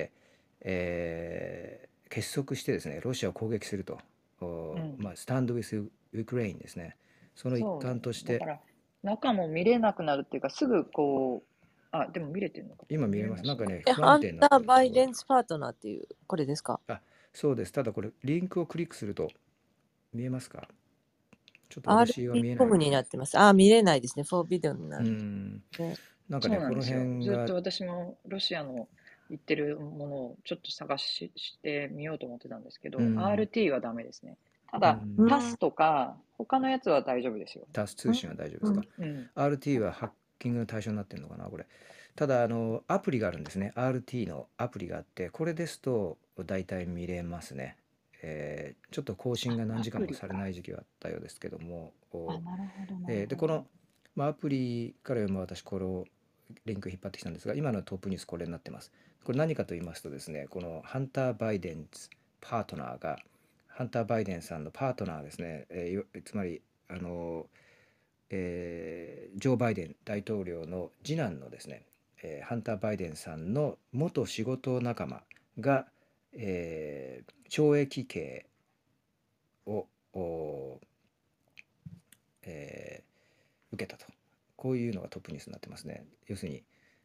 結束してですね、ロシアを攻撃すると。スタンドウィス・ウクレインですね。その一環として。 だから、中も見れなくなるっていうか、すぐこう、でも見れてるのか。 今見れます。なんかね、不ハン安定になってる。 ター・バイデンスパートナーっていう、これですか？ そうです。ただこれ、リンクをクリックすると、見えますか？ちょっと私は見えない。 RT になってます。見れないですね。フォービデオになる。 なんかね、この辺が。 ずっと私もロシアの言ってるものをちょっと探してみようと思ってたんですけど、RT はダメですね。ただ、タスとか、他のやつは大丈夫ですよ。 タス通信は大丈夫ですか？RT はハッキングの対象になってるのかな、これ。ただ、アプリがあるんですね。RT のアプリがあって、これですと大体見れますね。ちょっと更新が何時間もされない時期はあったようですけども。 なるほど。 で、この、アプリから読む私、これをリンク引っ張ってきたんですが、今のトップニュースこれになってます。これ何かと言いますとですね、このハンター・バイデンズパートナーが、ハンター・バイデンさんのパートナーですね、つまりジョー・バイデン大統領の次男のですね、ハンター・バイデンさんの元仕事仲間が、懲役刑を、受けたと、こういうのがトップニュースになってますね。要するに、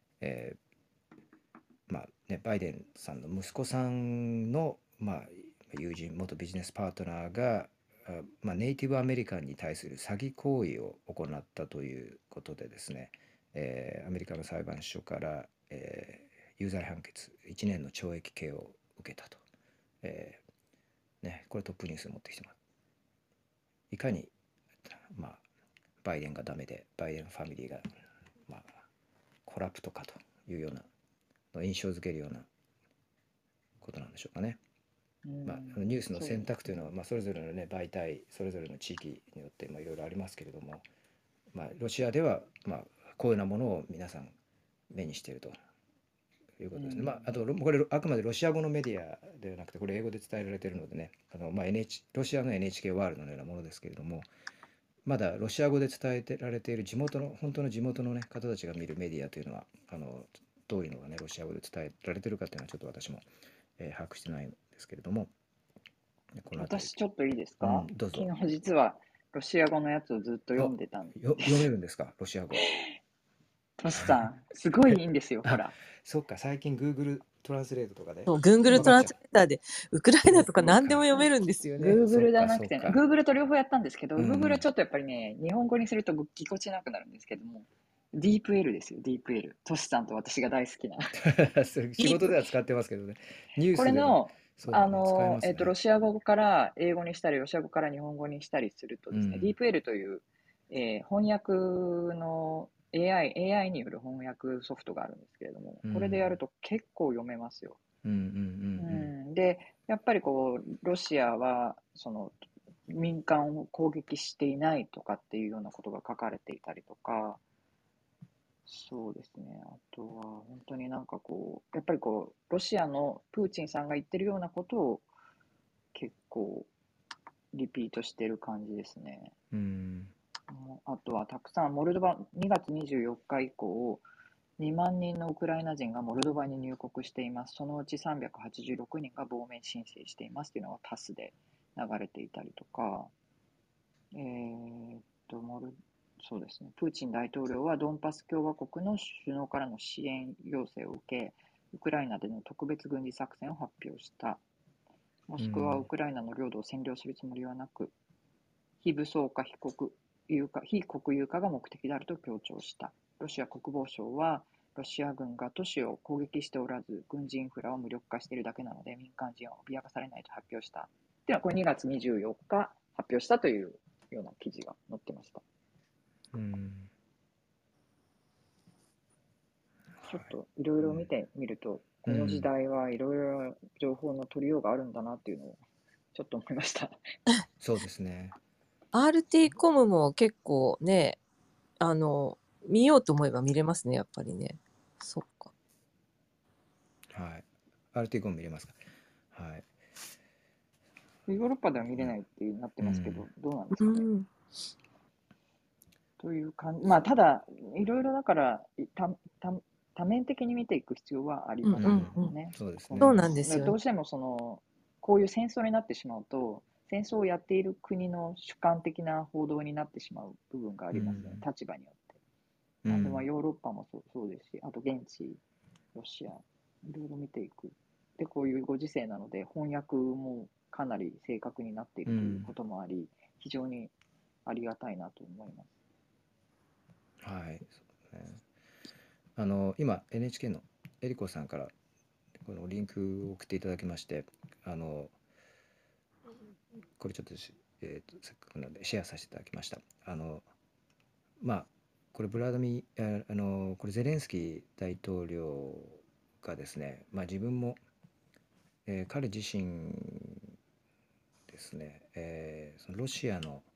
バイデンさんの息子さんの、友人、元ビジネスパートナーが、ネイティブアメリカンに対する詐欺行為を行ったということでですね、アメリカの裁判所から、有罪判決1年の懲役刑を受けたと、これトップニュースを持ってきてます。いかに、バイデンがダメでバイデンファミリーが、コラプトかというような印象づけるようなことなんでしょうかね。ニュースの選択というのは、それぞれの、媒体、それぞれの地域によっていろいろありますけれども、ロシアでは、こういうようなものを皆さん目にしているということですね。あとこれあくまでロシア語のメディアではなくて、これ英語で伝えられているのでね、ロシアの NHK ワールドのようなものですけれども、まだロシア語で伝えられている本当の地元の、方たちが見るメディアというのはどういうのがね、ロシア語で伝えられているかというのはちょっと私も、把握してないんですけれども、 私ちょっといいですか？ どうぞ。 昨日実はロシア語のやつをずっと読んでたんです。 読めるんですか、ロシア語。 トシさん、すごいいいんですよ、ほら。 そっか、最近 Google トランスレートとかで。 Google トランスレーターでウクライナとか何でも読めるんですよね。 Google じゃなくてね、Google と両方やったんですけど、Google はちょっとやっぱりね、日本語にするとぎこちなくなるんですけども、ディープ L ですよ、ディープ L。トシさんと私が大好きな。 仕事では使ってますけどね。ニュースでこれの、 ロシア語から英語にしたり、ロシア語から日本語にしたりするとですね、ディープ L という、翻訳の AI による翻訳ソフトがあるんですけれども、これでやると結構読めますよ。で、 やっぱりこう、ロシアは、民間を攻撃していないとかっていうようなことが書かれていたりとか、そうですね。あとは、本当になんかこう、やっぱりこう、ロシアのプーチンさんが言ってるようなことを結構リピートしてる感じですね。あとはたくさん、モルドバ、2月24日以降、2万人のウクライナ人がモルドバに入国しています。そのうち386人が亡命申請していますというのがタスで流れていたりとか、えーっと、そうですね、プーチン大統領はドンバス共和国の首脳からの支援要請を受け、ウクライナでの特別軍事作戦を発表した。モスクワはウクライナの領土を占領するつもりはなく、非武装化、非国有化が目的であると強調した。ロシア国防省は、ロシア軍が都市を攻撃しておらず、軍事インフラを無力化しているだけなので、民間人は脅かされないと発表した。では、これ2月24日発表したというような記事が載ってました。ちょっといろいろ見てみると、この時代はいろいろ情報の取りようがあるんだなっていうのをちょっと思いました。 そうですね。 RT コムも結構ね、見ようと思えば見れますね、やっぱりね。そっか。 はい。RT コム見れますか。はい。 ヨーロッパでは見れないってなってますけど、どうなんですかね。という感じ。まあ、ただ、いろいろだから、多面的に見ていく必要はありますよね。 そうですね。 そうなんですよね。 どうしてもこういう戦争になってしまうと、戦争をやっている国の主観的な報道になってしまう部分がありますね、立場によって。なんで、まあ、ヨーロッパもそうですし、あと現地、ロシア、いろいろ見ていく。で、こういうご時世なので、翻訳もかなり正確になっているということもあり、非常にありがたいなと思います。 はい。そうね、今 NHK のえりこさんからこのリンクを送っていただきまして、これちょっとせっかくなのでシェアさせていただきました。まあこれこれゼレンスキー大統領がですね、まあ自分も、彼自身ですね、そのロシアの、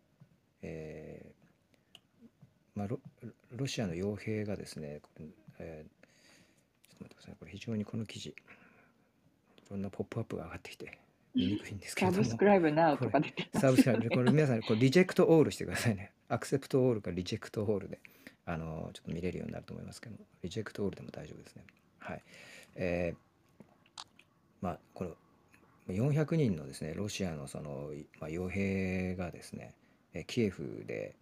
まあ、ロシアの傭兵がですね、ちょっと待ってください。これ非常にこの記事、いろんなポップアップが上がってきて見にくいんですけれども、 サブスクライブナウとか出てます、 サブスクライブ、これ皆さん、これリジェクトオールしてくださいね。アクセプトオールかリジェクトオールで、ちょっと見れるようになると思いますけど、リジェクトオールでも大丈夫ですね。はい。まあ、この400人のですね、ロシアの傭兵がですね、キエフで、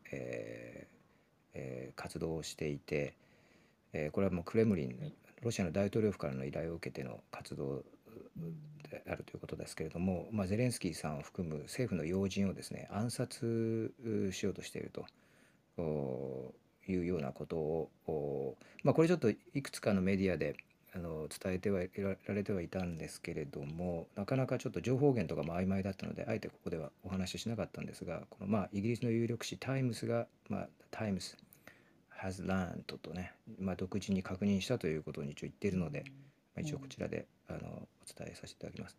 活動をしていて、これはもうクレムリン、ロシアの大統領府からの依頼を受けての活動であるということですけれども、まあ、ゼレンスキーさんを含む政府の要人をですね、暗殺しようとしているというようなことを、まあ、これちょっといくつかのメディアで伝えてはいられてはいたんですけれども、なかなかちょっと情報源とかも曖昧だったので、あえてここではお話ししなかったんですが、このまあイギリスの有力紙タイムスが、まあ、タイムスhas learned とね、まあ、独自に確認したということに一応言っているので、まあ、一応こちらでお伝えさせていただきます。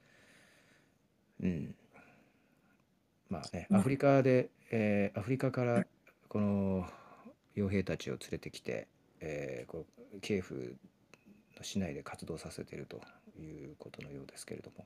まあね、アフリカからこの傭兵たちを連れてきて、キエフの市内で活動させているということのようですけれども、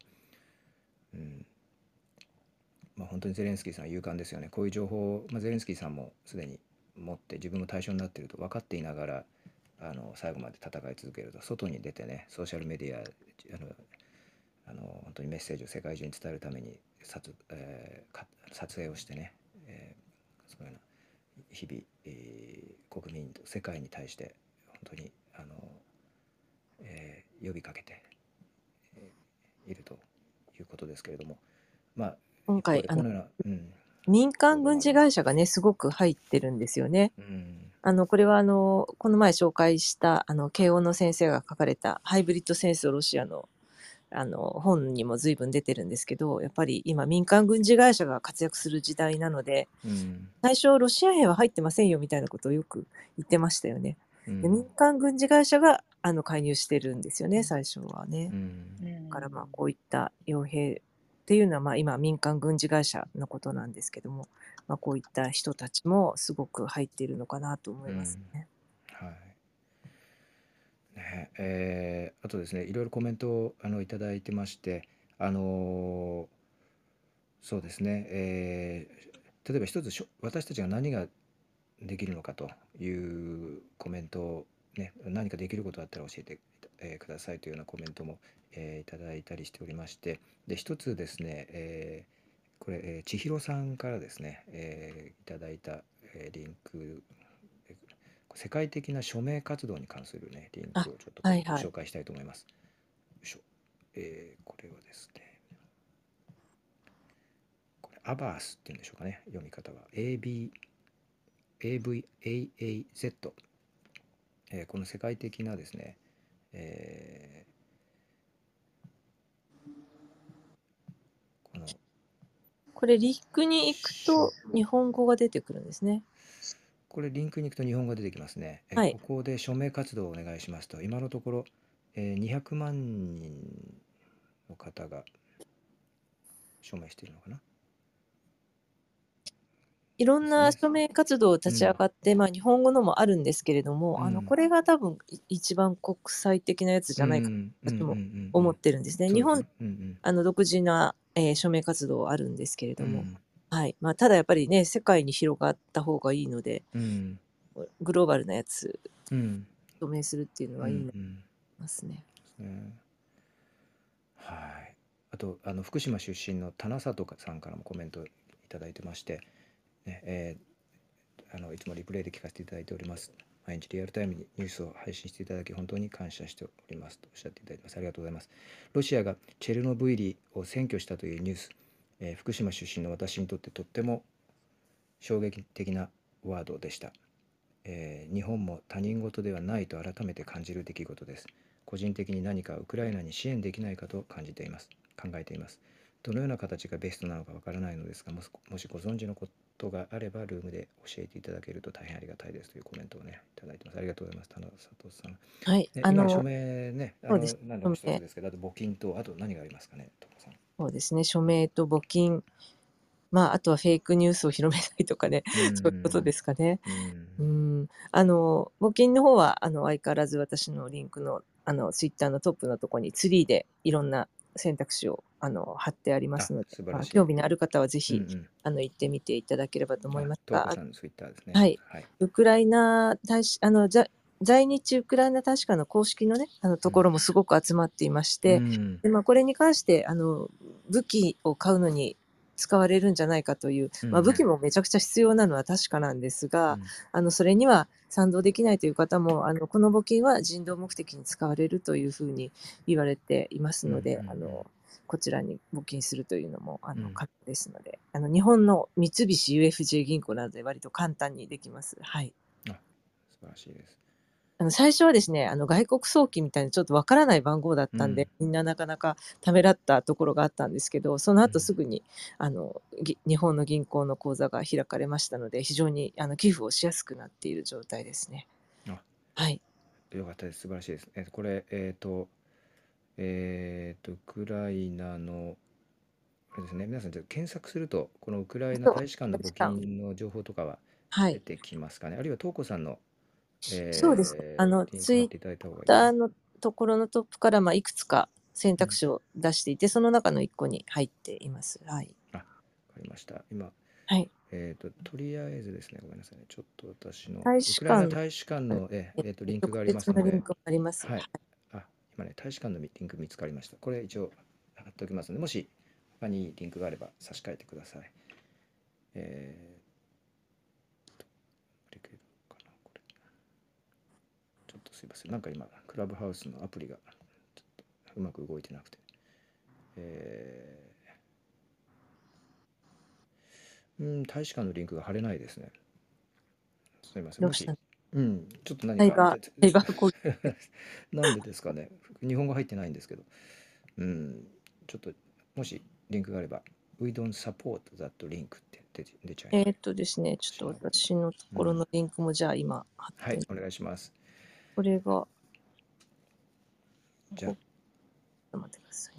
まあ、本当にゼレンスキーさん勇敢ですよね。こういう情報を、まあ、ゼレンスキーさんもすでに持って自分も対象になっていると分かっていながら最後まで戦い続けると、外に出てね、ソーシャルメディア本当にメッセージを世界中に伝えるために撮影をしてね、そういうの日々、国民と世界に対して本当に呼びかけているということですけれども、まあ今回このような、 民間軍事会社がねすごく入ってるんですよね。これはこの前紹介した慶応の先生が書かれたハイブリッド戦争ロシアの本にも随分出てるんですけど、やっぱり今民間軍事会社が活躍する時代なので、最初ロシア兵は入ってませんよみたいなことをよく言ってましたよね。で民間軍事会社が介入してるんですよね、最初はね。だからまあこういった傭兵っていうのは、まあ、今民間軍事会社のことなんですけども、まあ、こういった人たちもすごく入っているのかなと思いますね。 はいね。あとですね、いろいろコメントをいただいてまして、そうですね、例えば一つ私たちが何ができるのかというコメントを、ね、何かできることがあったら教えて、くださいというようなコメントも、いただいたりしておりまして、で一つですね、これ、千尋さんからですね、いただいた、リンク、世界的な署名活動に関する、ね、リンクあ、 をちょっとはいはい。 ご紹介したいと思います。よいしょ。これはですね、これアバースっていうんでしょうかね、読み方は AVAAZ、この世界的なですね、このこれリンクに行くと日本語が出てくるんですね。 これリンクに行くと日本語が出てきますね。 はい。 ここで署名活動をお願いしますと、今のところ、200万人の方が署名しているのかな。 いろんですね。 な署名活動立ち上がって、まあ、日本語のもあるんですけれども、 うんこれが多分一番国際的なやつじゃないかと私も思ってるんですね。日本、独自な、署名活動あるんですけれども、はい。まあ、ただやっぱりね、世界に広がった方がいいので、グローバルなやつ、署名するっていうのはいいと思いますね。 はい。あと福島出身の棚里さんからもコメントいただいてまして、ね、いつもリプレイで聞かせていただいております。毎日リアルタイムにニュースを配信していただき本当に感謝しておりますとおっしゃっていただいてます。ありがとうございます。ロシアがチェルノブイリを占拠したというニュース、福島出身の私にとってとっても衝撃的なワードでした。日本も他人事ではないと改めて感じる出来事です。個人的に何かウクライナに支援できないかと考えています。どのような形がベストなのかわからないのですが、もしご存知のことがあればルームで教えていただけると大変ありがたいですというコメントをねいただいてます。ありがとうございます。田中佐藤さん。 はい。 今の署名ね、 そうです。 何でも一つですけど、あと募金とあと何がありますかね、トモさん。 そうですね。署名と募金。まあ、あとはフェイクニュースを広めないとかね、そういうことですかね。募金の方は、相変わらず私のリンクの、ツイッターのトップのところにツリーでいろんな選択肢を、貼ってありますので、まあ、興味のある方はぜひ、行ってみていただければと思いますが、はい。ウクライナ大使、在日ウクライナ大使館の公式のね、ところもすごく集まっていまして、でまあ、これに関して、武器を買うのに使われるんじゃないかという、まあ、武器もめちゃくちゃ必要なのは確かなんですが、それには賛同できないという方も、この募金は人道目的に使われるというふうに言われていますので、こちらに募金するというのも可能ですので、日本の三菱 UFJ 銀行などで割と簡単にできます。はい。 素晴らしいです。 最初はですね、外国送金みたいにちょっとわからない番号だったんで、みんななかなかためらったところがあったんですけど、その後すぐに、日本の銀行の口座が開かれましたので、非常に寄付をしやすくなっている状態ですね。はい。 よかったです。素晴らしいです。これ、ウクライナの、これですね、皆さん検索すると、このウクライナ大使館の募金の情報とかは出てきますかね。あるいは、トウコさんの、 そうですね。ツイッターのところのトップから、いくつか選択肢を出していて、その中の1個に入っています。はい。 わかりました。今、 はい。 とりあえずですね、ごめんなさいね。ちょっと私のウ大使クライナ館大使館の、リンクがありますので、 はい。 今ね、大使館のリンク見つかりました。これ一応貼っておきますので、もし他にリンクがあれば差し替えてください。ちょっとすいません。なんか今、クラブハウスのアプリがちょっとうまく動いてなくて。大使館のリンクが貼れないですね。すみません。もし、ちょっと何か。なんでですかね。日本語入ってないんですけど。ちょっと、もしリンクがあれば、We don't support that link って出ちゃいます。 ですね、ちょっと私のところのリンクもじゃあ今貼って、 はい、お願いします。 これが、 じゃあ、 待ってくださいね。 はい。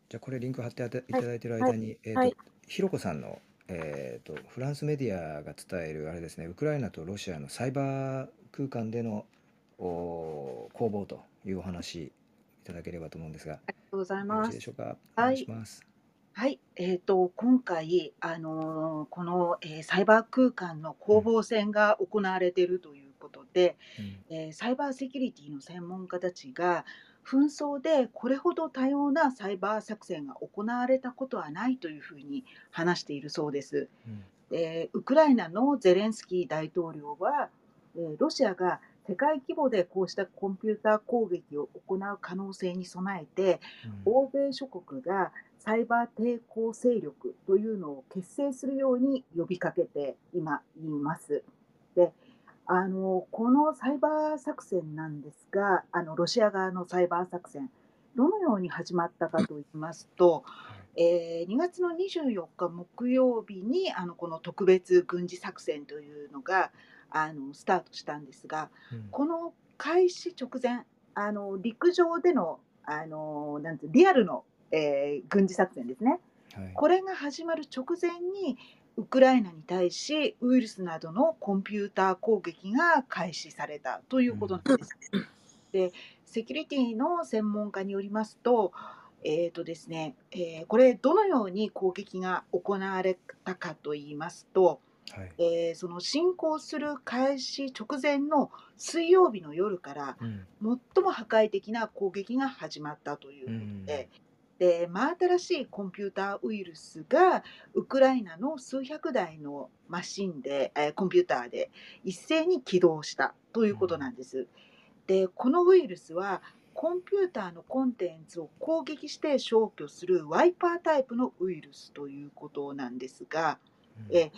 じゃあこれリンク貼っていたはい。 だいているはい。 間に、 はい。 ひろこさんの、フランスメディアが伝えるあれですね、ウクライナとロシアのサイバー空間での攻防というお話いただければと思うんですが、 ありがとうございよろします。 いでしょうか。お願いしはい。 ます。 はい。今回、この、サイバー空間のうん、 攻防戦が行われているということで、 うん、 サイバーセキュリティの専門家たちが、紛争でこれほど多様なサイバー作戦が行われたことはないというふうに話しているそうです。 うん、 ウクライナのゼレンスキー大統領は、ロシアが世界規模でこうしたコンピューター攻撃を行う可能性に備えて、 うん、 欧米諸国がサイバー抵抗勢力というのを結成するように呼びかけて今います。で、このサイバー作戦なんですが、ロシア側のサイバー作戦、どのように始まったかといいますと、 はい、 2月の24日木曜日にこの特別軍事作戦というのがスタートしたんですが、 うん、 この開始直前、陸上でのなんてリアルの、軍事作戦ですね。 はい、 これが始まる直前にウクライナに対しウイルスなどのコンピューター攻撃が開始されたということうん、 なんです。で、セキュリティの専門家によりますと、ですね、これどのように攻撃が行われたかと言いますと、 はい、 その侵攻する開始直前の水曜日の夜からうん、 最も破壊的な攻撃が始まったといううことん、 で、真新しいコンピューターウイルスがウクライナの数百台のマシンで、コンピューターで一斉に起動したということなんです。で、このウイルスはコンピューターのコンテンツを攻撃して消去するワイパータイプのウイルスということなんですが、え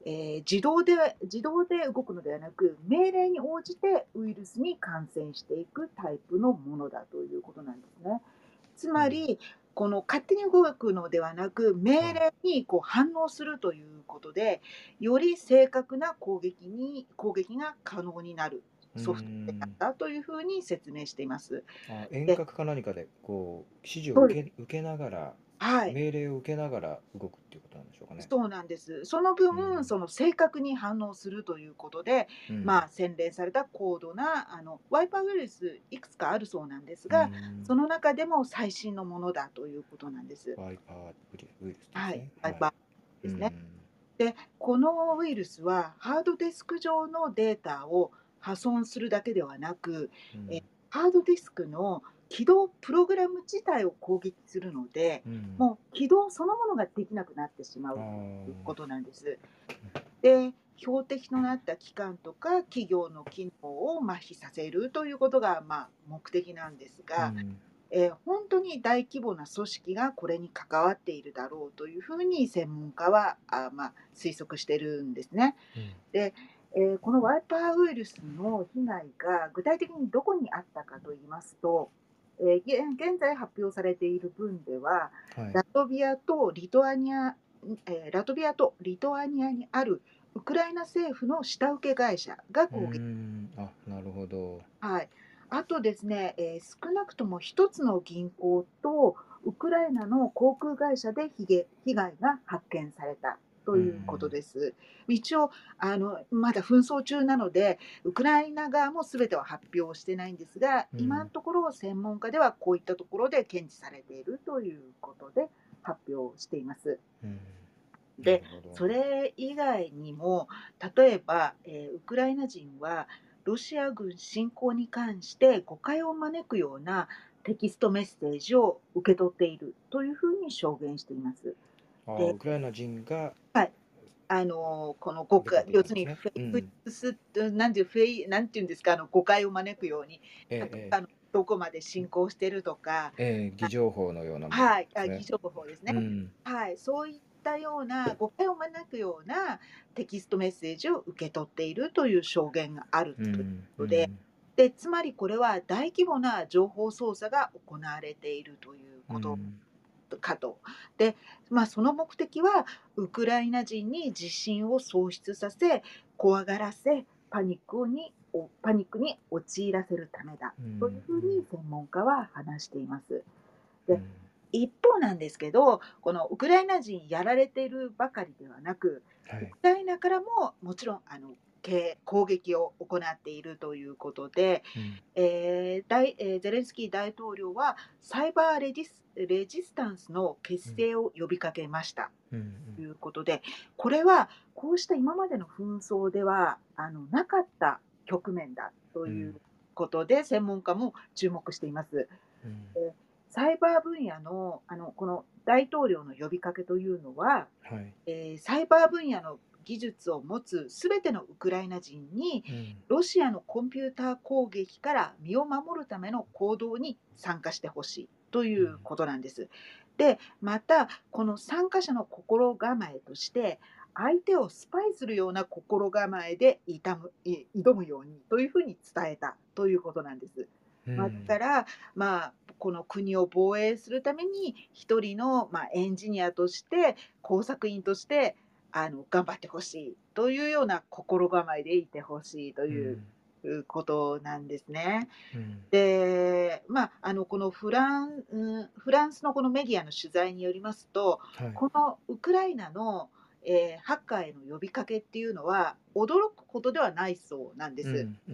自動で動くのではなく、命令に応じてウイルスに感染していくタイプのものだということなんですね。つうん、 まり、この勝手に動くのではなく、命はい、 令にこう反応するということで、より正確な攻撃が可能になるうソフトウェん。 アだというふうに説明しています。 遠で、 隔か何かでこう指示をそうです。 受けながら、 はい。 命令を受けながら動くっていうことなんでしょうかね。 そうなんです。そのうん、 分、その正確に反応するということで、 うん、 まあ、洗練された高度なワイパーウイルスいくつかあるそうなんですうが、 ん。 その中でも最新のものだということなんです。 ワイパーウイルスではい、 すね。はい。 ワイパーうですね。 ん。 で、このウイルスはハードディスク上のデータを破損するだけではなく、えうん。 ハードディスクの起動プログラム自体を攻撃するので、 うん。 もう起動そのものができなくなってしまあうというこあ。 となんです。で、標的となった機関とか企業の機能を麻痺させるということが、まあ、目的なんですが、 うん。 本当に大規模な組織がこれに関わっているだろうというふうに専門家はまあ、推測してるんですね。 うん。 で、このワイパーウイルスの被害が具体的にどこにあったかといいますと、現在発表されている分では、 はい。 ラトビアとリトアニアにあるウクライナ政府の下請け会社がうー攻撃。 ん。あ、なるほど。 はい。あとですね、少なくとも一つの銀行とウクライナの航空会社で被害が発見されたうということん。 です。一応まだ紛争中なので、ウクライナ側もすべては発表してないんですが、 うん。 今のところ専門家ではこういったところで検知されているということで発表しています。 うん。なで、 るほど。 それ以外にも、例えば、ウクライナ人はロシア軍侵攻に関して誤解を招くようなテキストメッセージを受け取っているというふうに証言しています。で、 ウクライナ人がはい、この誤解、 受け取ってい要たんですね。 するにフェイクニうん。 ュースなんていう、なんていうんですか、誤解を招くように、例えばええ、 どこまで侵攻してるとか、 偽情報のようなものではい、 すね。 偽情報ですね。 うん。 はい、そういったような誤解を招くようなテキストメッセージを受け取っているという証言があるといううん。 ことで、 うん。 つまりこれは大規模な情報操作が行われているということうん。 かと。で、まあ、その目的はウクライナ人に自信を喪失させ、怖がらせ、パニックに陥らせるためだうん。 というふうに専門家は話しています。で、 うん。 一方なんですけど、このウクライナ人やられているばかりではなく、ウクはい。 ライナからももちろん攻撃を行っているということで、 うん。 ゼレンスキー大統領はサイバーレジスタンスのうん。 結成を呼びかけましたうんということで、これはこうした今までの紛争ではなかった局面だとうん。う。 いうんことで、専門家も注目しています。 うん。 でサイバー分野のこの大統領の呼びかけというのは、 はい。 サイバー分野の技術を持つすべてのウクライナ人にうん。 ロシアのコンピューター攻撃から身を守るための行動に参加してほしいといううんことなんです。で、またこの参加者の心構えとして相手をスパイするような心構えで挑むようにというふうに伝えたということなんです。だから、この国を防衛するために一人の、エンジニアとして工作員として頑張ってほしいというような心構えでいてほしいとういうん。 ことなんですね。 うん。 で、このフランスのこのメディアの取材によりますと、 はい。 このウクライナの、ハッカーへの呼びかけっていうのは驚くことではないそうなんです。 うん。うん。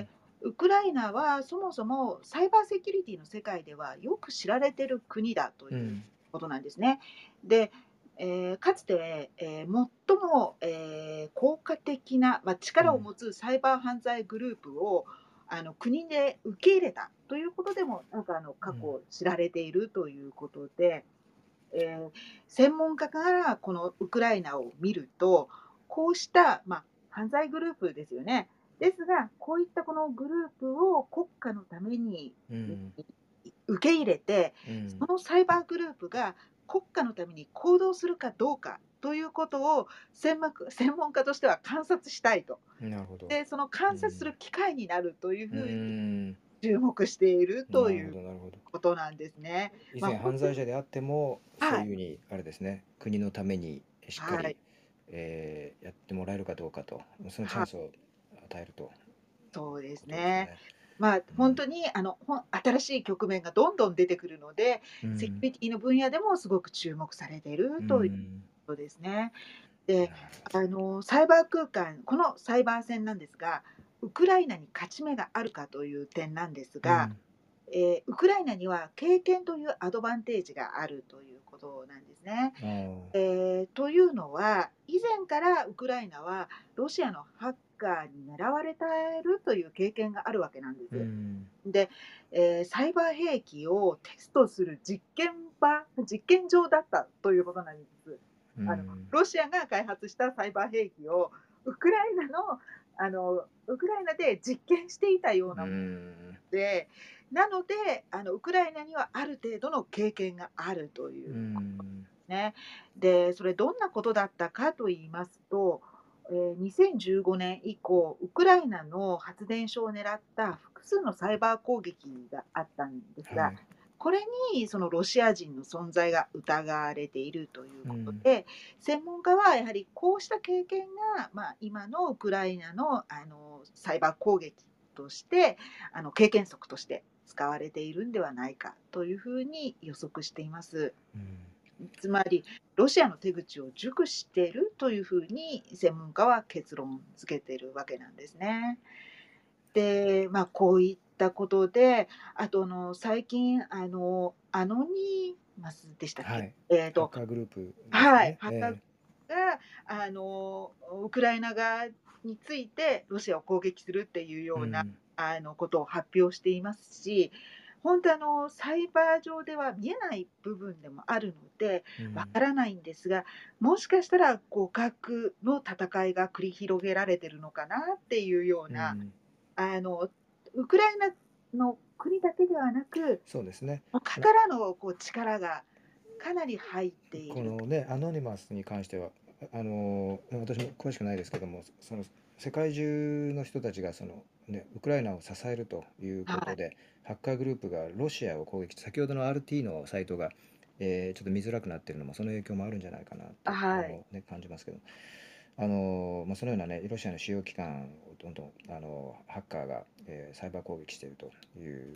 で、ウクライナはそもそもサイバーセキュリティの世界ではよく知られている国だといううん。 ことなんですね。で、かつて、最も、効果的な、力を持つサイバー犯罪グループを国で受け入れたということでも過去知られているということで、えー専門家からこのウクライナを見ると、こうした、犯罪グループですよね。ですが、こういったこのグループを国家のためにうん。 受け入れて、 うん。 そのサイバーグループが国家のために行動するかどうかということを専門家としては観察したいと。 なるほど。 で、その観察する機会になるといううふうにん。 注目しているというなるほど、なるほど。 ことなんですね。 以前犯本当に、 罪者であっても、そうはい、 いうふうに、あれですね、国のためにしっかり、 はい、 やってもらえるかどうかと、そのチャはい、 ンスを与えるというそうですね。 ことですね。 本当に新しい局面がどんどん出てくるので、 うん。 セキュリティの分野でもすごく注目されているうというん。 ことですね。で、 なるサイバー空間、このサイバー戦なんですが、ウクライナに勝ち目があるかという点なんですほど。うが、 ん。 ウクライナには経験というアドバンテージがあるということなんですね。 ああ。 というのは、以前からウクライナはロシアのハッカーに狙われているという経験があるわけなんでうす。 ん。 で、サイバー兵器をテストする実験場だったということなんです。 うんロシアが開発したサイバー兵器をウクライナで実験していたよううなものんで、なので、ウクライナにはある程度の経験があるとういうんね。で、それどんなことだったかと言いますと、2015年以降、ウクライナの発電所を狙った複数のサイバー攻撃があったんですが、 はいこれにそのロシア人の存在が疑われているということうんで、専門家はやはりこうした経験が、今のウクライナの、サイバー攻撃として経験則として使われているんではないかというふうに予測しています。 うんつまり、ロシアの手口を熟しているというふうに専門家は結論付けているわけなんですね。で、こういったことで、あと最近アノニマスでしたっけ？ はい。ハッカーグループですはい、 ね。 ハッカーがウクライナ側についてロシアを攻撃するっていうようなうんことを発表していますし、本当サイバー上では見えない部分でもあるのでわうんからないんですが、もしかしたら互角の戦いが繰り広げられてるのかなっていうような、 うんウクライナの国だけではなく、 そうですね。 他からの力がかなり入っている。 このね、アノニマスに関しては、私も詳しくないですけども、その世界中の人たちがウクライナを支えるというはい。 ことで、ハッカーグループがロシアを攻撃、先ほどの RT のサイトが、ちょっと見づらくなっているのも、その影響もあるんじゃないかなってはい。 感じますけど、そのようなね、ロシアの主要機関をどんどんハッカーが、サイバー攻撃しているという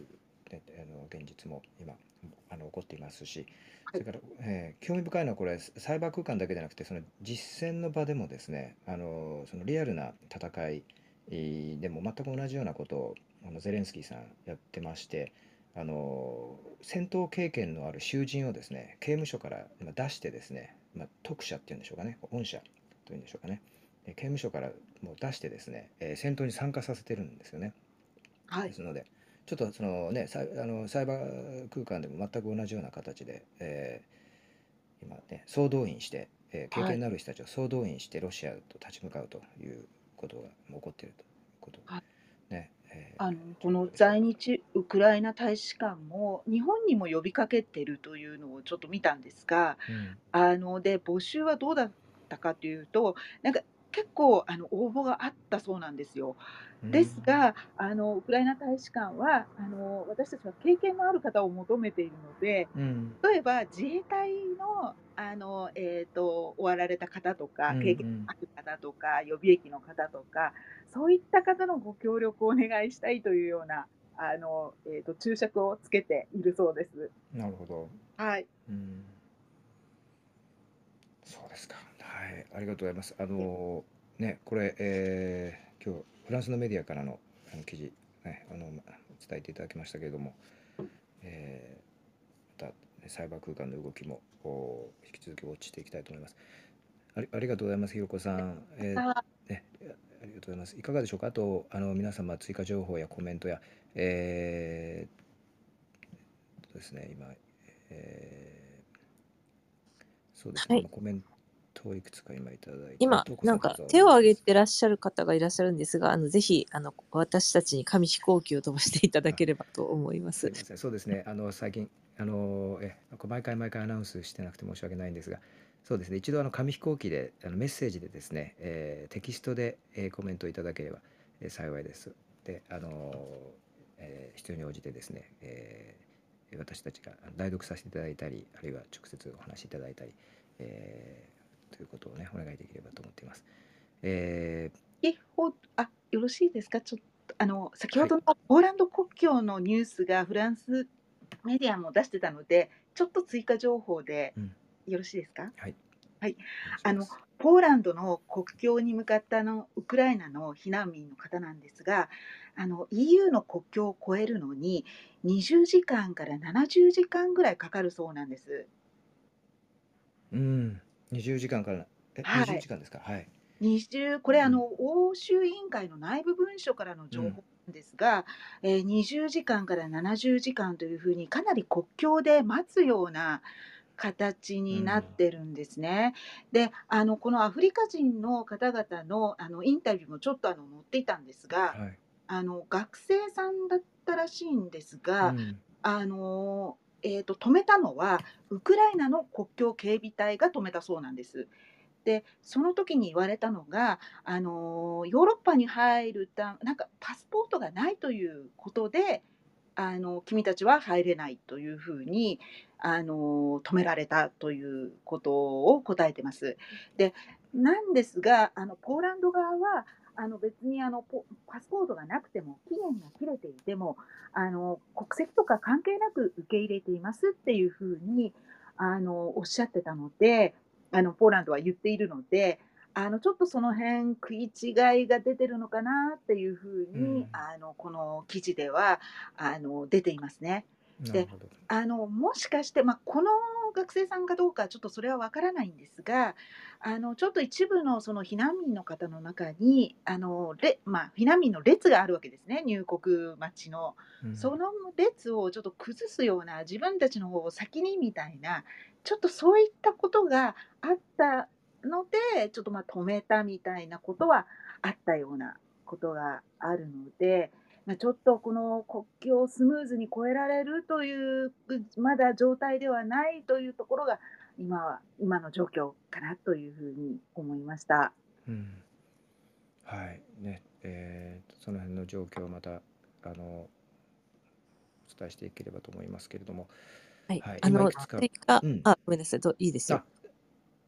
ね、現実も今起こっていますし、 はい。 それから、興味深いのはこれサイバー空間だけでなくてその実践の場でもですね、そのリアルな戦いでも全く同じようなことをゼレンスキーさんやってまして、戦闘経験のある囚人をですね刑務所から出してですね、特赦っていうんでしょうかね、恩赦というんでしょうかね、刑務所からもう出してですね、戦闘に参加させてるんですよね。 はい。 ですので、ちょっとそのね、サイバー空間でも全く同じような形で、今ね、総動員して、経はい。 験のある人たちを総動員してロシアと立ち向かうということが起こっているということはい。 ね、 このどうでしょうか。 在日ウクライナ大使館も日本にも呼びかけてるというのをちょっと見たんですが、 うん、 で、募集はどうだったかというと、なんか結構応募があったそうなんですよ。 うん、 ですが、ウクライナ大使館は、私たちは経験のある方を求めているので、 うん、 例えば自衛隊の、終わられた方とうん、 か、経験うん。 ある方とか、予備役の方とか、そういった方のご協力をお願いしたいというような、注釈をつけているそうです。 なるほど。 はい。 うん、そうですか。はい、ありがとうございます。 えね、これ、今日フランスのメディアからの、記事、ね、伝えていただきましたけれども、えまたサイバー空間の動きも引き続きウォッチしていきたいと思います。ありがとうございます、ひろこさん。 あね、ありがとうございます。いかがでしょうか。あと、皆様追加情報やコメントや、ですね、今、そうですね、 はい。 今コメントをいくつか今いただいて、 今、 とうこなんさんどうぞおか手を挙願いします。 げてらっしゃる方がいらっしゃるんですが、ぜひ、私たちに紙飛行機を飛ばしていただあ、 ければと思います。 すいません。そうですね。最近、毎回アナウンスしてなくて申し訳ないんですが、そうですね。一度紙飛行機でメッセージでですね、テキストで、コメントいただければ、幸いです。で、必要に応じてですね、私たちが代読させていただいたり、あるいは直接お話しいただいたり、ということをね、お願いできればと思っています。えよろしいですか？ちょっと、先はい。 ほどのポーランド国境のニュースがフランスメディアも出してたので、ちょっと追加情報でうん。 よろしいですか？ はい。 はい。 お願いしあの、 ます。 ポーランドの国境に向かったウクライナの避難民の方なんですが、EU の国境を越えるのに20時間から70時間ぐらいかかるそうなんです。 うん。20時間から、20 はい。 時間ですか。はい。 これうん。 欧州委員会の内部文書からのうん。 情報なんですが、20時間から70時間というふうにかなり国境で待つような形になっうん。 てるんですね。で、このアフリカ人の方々のインタビューもちょっと載っていたんですが、 はい。 学生さんだったらしいんですが、 うん。 止めたのはウクライナの国境警備隊が止めたそうなんです。で、その時に言われたのが、ヨーロッパに入るなんかパスポートがないということで、君たちは入れないというふうに、止められたということを答えてます。で、なんですが、ポーランド側は、別にパスポートがなくても、期限が切れていても、国籍とか関係なく受け入れていますっていうふうに、おっしゃってたので、ポーランドは言っているので、ちょっとその辺食い違いが出てるのかなっていうふううん。 に、この記事では、出ていますね。で、 なるほど。 もしかして、この学生さんかどうかちょっとそれはわからないんですが、ちょっと一部のその避難民の方の中に、避難民の列があるわけですね、入国待ちの。 うん。 その列をちょっと崩すような、自分たちの方を先にみたいな、ちょっとそういったことがあったので、ちょっと止めたみたいなことはあったようなことがあるので、ちょっとこの国境をスムーズに越えられるという、まだ状態ではないというところが、今の状況かなというふうに思いました。 うん。はいね、その辺の状況をまたお伝えしていければと思いますけれども、 はい。 はい、今いくつか、 追加、 うん、 ごめんなさい。いいですよ。 あ、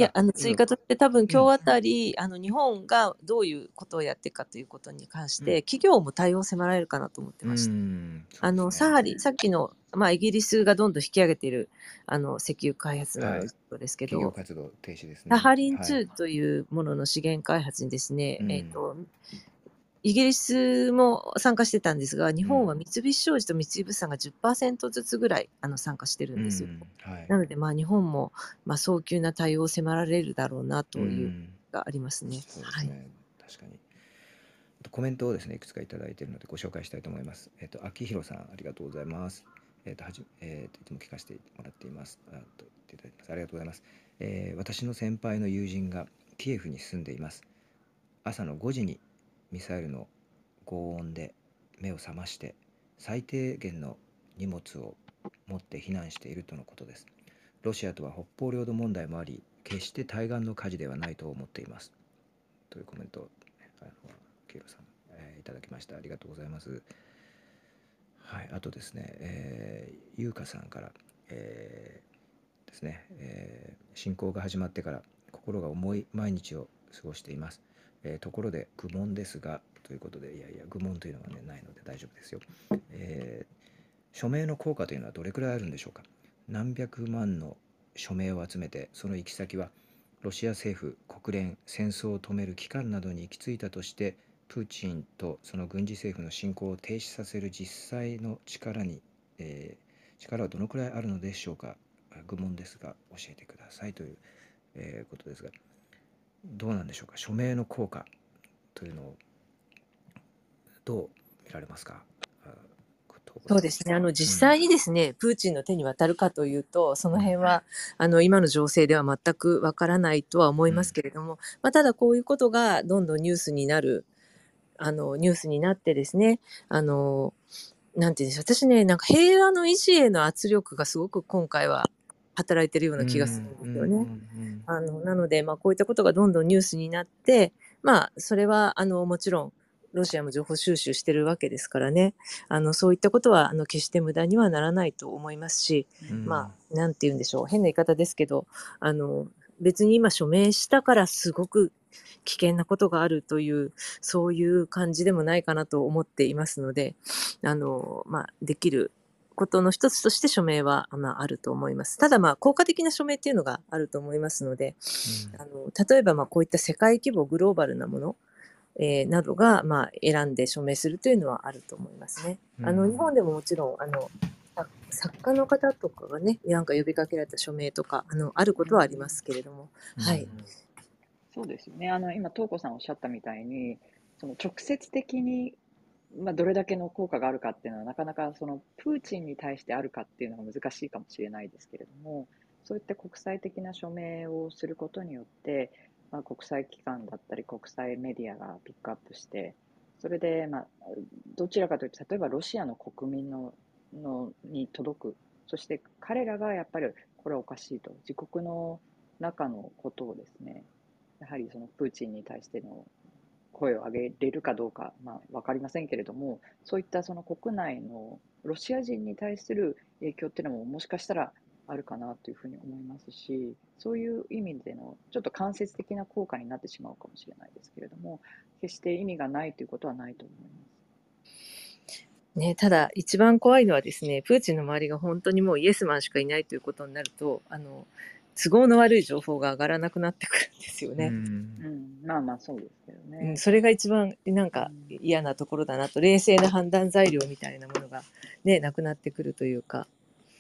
や、 あ、 追加として多分うん、 今日あたり、日本がどういうことをやっていくかということに関しうん、 て、企業も対応を迫られるかなと思ってうました。 ん、そうですね。 さっきの、イギリスがどんどん引き上げている、石油開発なはい。 どそうですけ企業ど、 活動停止ですサね。 ハリンはい。 2というものの資源開発にですね、 うん、 イギリスも参加してたんですが、日うん、 本は三菱商事と三井物産が 10% ずつぐらい参加してるうんですよ。 ん、はい。 なので、日本も、早急な対応を迫られるだろうなうというん、 がありますね。はい。 そうですね。確かに。あとコメントをですね、いくつかいただいているのでご紹介したいと思います。秋広さん、ありがとうございます。いつも聞かせてもらっています。と言っていただきます。ありがとうございます。私の先輩の友人がキエフに住んでいます。朝の5時にミサイルの轟音で目を覚まして、最低限の荷物を持って避難しているとのことです。ロシアとは北方領土問題もあり、決して対岸の火事ではないと思っています。というコメントを、ケイロさん、いただきました。ありがとうございます。はい、あとですね、ゆうかさんから、ですね、侵攻が始まってから心が重い毎日を過ごしています。ところで愚問ですが、ということで、いやいや、愚問というのは、ね、ないので大丈夫ですよ。署名の効果というのはどれくらいあるんでしょうか。何百万の署名を集めて、その行き先はロシア政府、国連、戦争を止める機関などに行き着いたとして、プーチンとその軍事政府の侵攻を停止させる実際の力に、力はどのくらいあるのでしょうか。愚問ですが教えてくださいという、ことですが、どうなんでしょうか。署名の効果というのをどう見られますか。 そうですね。実うん、 際にですね、プーチンの手に渡るかというと、その辺は、今の情勢では全くわからないとは思いますけれども、ただこういうことがどんどんニュースになる、ニュースになってですね、なんていうんでしょう、私ね、なんか平和の維持への圧力がすごく今回は働いてるよううん、 な気がするんうん、うですよね。 ん、 なので、こういったことがどんどんニュースになって、それは、もちろん、ロシアも情報収集してるわけですからね。そういったことは、決して無駄にはならないと思いますし、 うん、 なんて言うんでしょう。変な言い方ですけど、あの、別に今署名したからすごく危険なことがあるという、そういう感じでもないかなと思っていますので、できることの一つとして署名は、あると思います。ただ、効果的な署名っていうのがあると思いますので、 うん、 例えば、こういった世界規模グローバルなもの、などが、選んで署名するというのはあると思いますね。 うん、 日本でももちろん、作家の方とかがね、なんか呼びかけられた署名とか、あることはありますけれども、はい。 そうですよね。今、東子さんおっしゃったみたいに、その直接的に、どれだけの効果があるかっていうのは、なかなかそのプーチンに対してあるかっていうのが難しいかもしれないですけれども、そういった国際的な署名をすることによって、国際機関だったり国際メディアがピックアップして、それで、どちらかというと、例えばロシアの国民に届く、そして彼らがやっぱりこれはおかしいと、自国の中のことをですね、やはりそのプーチンに対しての声を上げれるかどうか、分かりませんけれども、そういったその国内のロシア人に対する影響っていうのももしかしたらあるかなというふうに思いますし、そういう意味でのちょっと間接的な効果になってしまうかもしれないですけれども、決して意味がないということはないと思います。 ね、ただ、一番怖いのはですね、プーチンの周りが本当にもうイエスマンしかいないということになると、都合の悪い情報が上がらなくなってくるんですようね。 ん、 そうですけどね。 それが一番なんか嫌なところだなと、冷静な判断材料みたいなものがね、なくなってくるというか。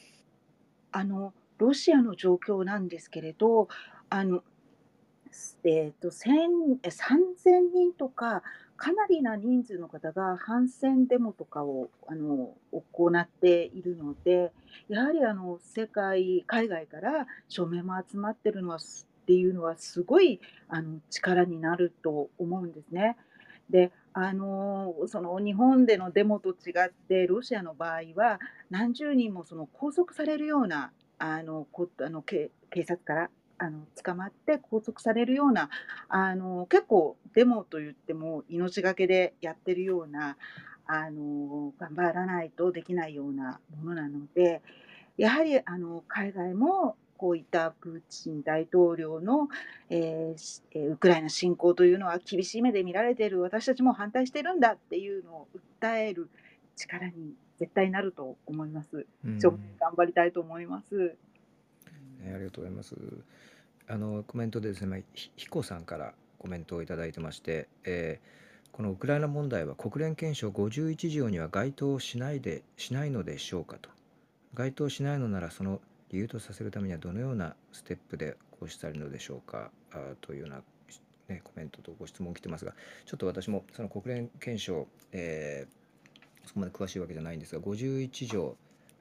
ロシアの状況なんですけれど、あの、3000人とか、かなりな人数の方が反戦デモとかを行っているので、やはり海外から署名も集まってるのはっていうのはすごい力になると思うんですね。で、その日本でのデモと違って、ロシアの場合は何十人もその拘束されるような警察から捕まって拘束されるような結構デモといっても命がけでやってるような頑張らないとできないようなものなので、やはり海外もこういったプーチン大統領の、ウクライナ侵攻というのは厳しい目で見られている、私たちも反対してるんだっていうのを訴える力に絶対なると思います。頑張りたいと思います。 ありがとうございます。コメントでですね、ひこさんからコメントをいただいてまして、このウクライナ問題は国連憲章51条には該当しないのでしょうかと。該当しないのならその理由とさせるためにはどのようなステップで行使されるのでしょうかというような、コメントとご質問来てますが、ちょっと私もその国連憲章、そこまで詳しいわけじゃないんですが、51条、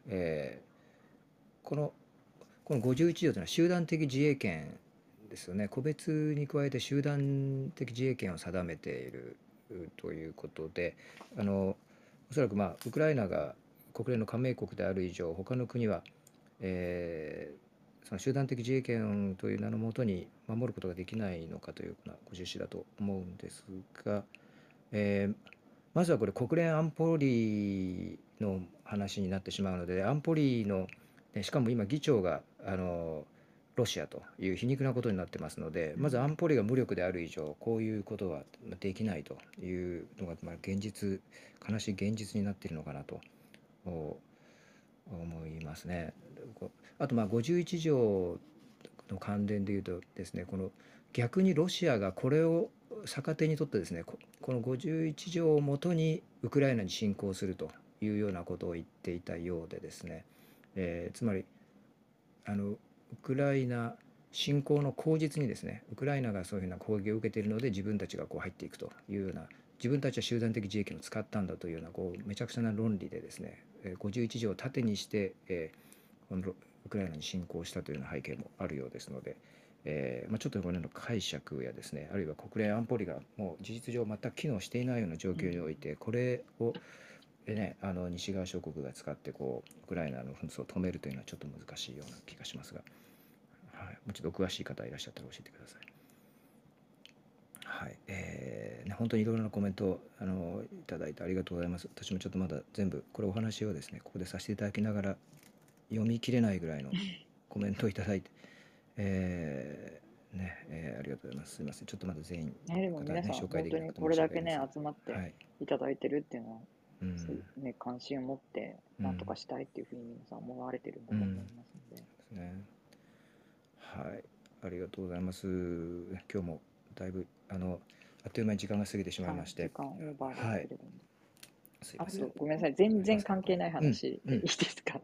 この51条というのは集団的自衛権ですよね。個別に加えて集団的自衛権を定めているということで、おそらくウクライナが国連の加盟国である以上、他の国は、その集団的自衛権という名のもとに守ることができないのかというようなご趣旨だと思うんですが、まずはこれ国連安保理の話になってしまうので、安保理のしかも今議長がロシアという皮肉なことになってますので、まず安保理が無力である以上こういうことはできないというのが悲しい現実になっているのかなと思いますね。あと51条の関連でいうとですね、この逆にロシアがこれを逆手にとってですね、この51条をもとにウクライナに侵攻するというようなことを言っていたようでですね、つまりウクライナ侵攻の口実にですね、ウクライナがそういうふうな攻撃を受けているので自分たちが入っていくというような、自分たちは集団的自衛権を使ったんだというようなめちゃくちゃな論理でですね、51条を盾にして、このウクライナに侵攻したというような背景もあるようですので、ちょっとこの解釈やですね、あるいは国連安保理がもう事実上全く機能していないような状況において、これを西側諸国が使ってウクライナの紛争を止めるというのはちょっと難しいような気がしますが、はい、もうちょっと詳しい方いらっしゃったら教えてください。はい、本当にいろいろなコメントをいただいてありがとうございます。私もちょっとまだ全部これお話をですねここでさせていただきながら読み切れないぐらいのコメントをいただいて、ありがとうございます。すみません、ちょっとまだ全員でも皆さん、本当にこれだけね、集まっていただいてるっていうのは、関心を持って、なんとかしたいっていうふうに皆さん思われてるんだと思いますので。 はい、ありがとうございます。今日もだいぶあっという間に時間が過ぎてしまいまして。 時間オーバーですけれども。 すいません。 あと、ごめんなさい、全然関係ない話でいいですか。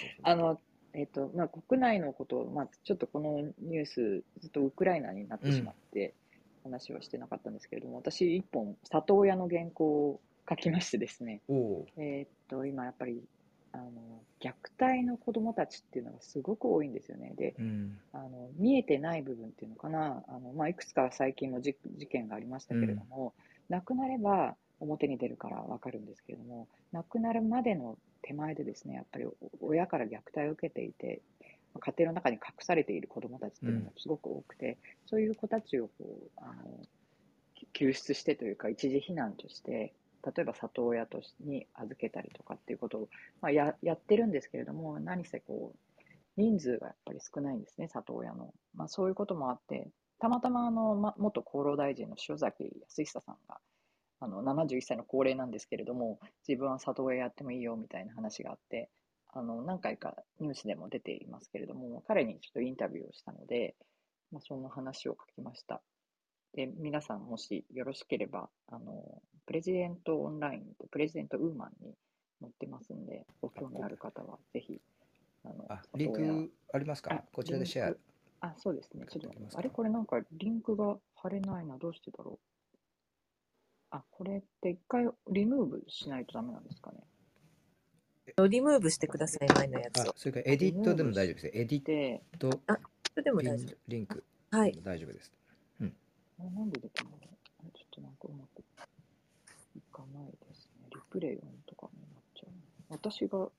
国内のことを、ちょっとこのニュース、ずっとウクライナになってしまって、話はしてなかったんですけれども、私、一本、里親の原稿を書きましてですね、今やっぱり、虐待の子どもたちっていうのがすごく多いんですよね。で、見えてない部分っていうのかな、いくつか最近も事件がありましたけれども、亡くなれば表に出るから分かるんですけれども、亡くなるまでの手前でですね、やっぱり親から虐待を受けていて、家庭の中に隠されている子どもたちっていうのがすごく多くて、そういう子たちを救出してというか、一時避難として、例えば里親に預けたりとかっていうことを、やってるんですけれども、何せ人数がやっぱり少ないんですね、里親の。そういうこともあって、たまたま元厚労大臣の塩崎康久さんが、71歳の高齢なんですけれども、自分は里親やってもいいよみたいな話があって、何回かニュースでも出ていますけれども、彼にちょっとインタビューをしたので、その話を書きました。で、皆さんもしよろしければ、プレジデントオンラインとプレジデントウーマンに載ってますんで、ご興味ある方はぜひ、 リンクありますか？こちらでシェア。そうですね。ちょっとあれこれなんかリンクが貼れないな。どうしてだろう。これって一回リムーブしないとダメなんですかね。 リムーブしてください、前のやつを。 それからエディットでも大丈夫です。エディットでも大丈夫。 リンクはい。 大丈夫です。 なんで出てるの？ちょっとなんかうまくいかないですね。リプレイオンとかになっちゃう。私が、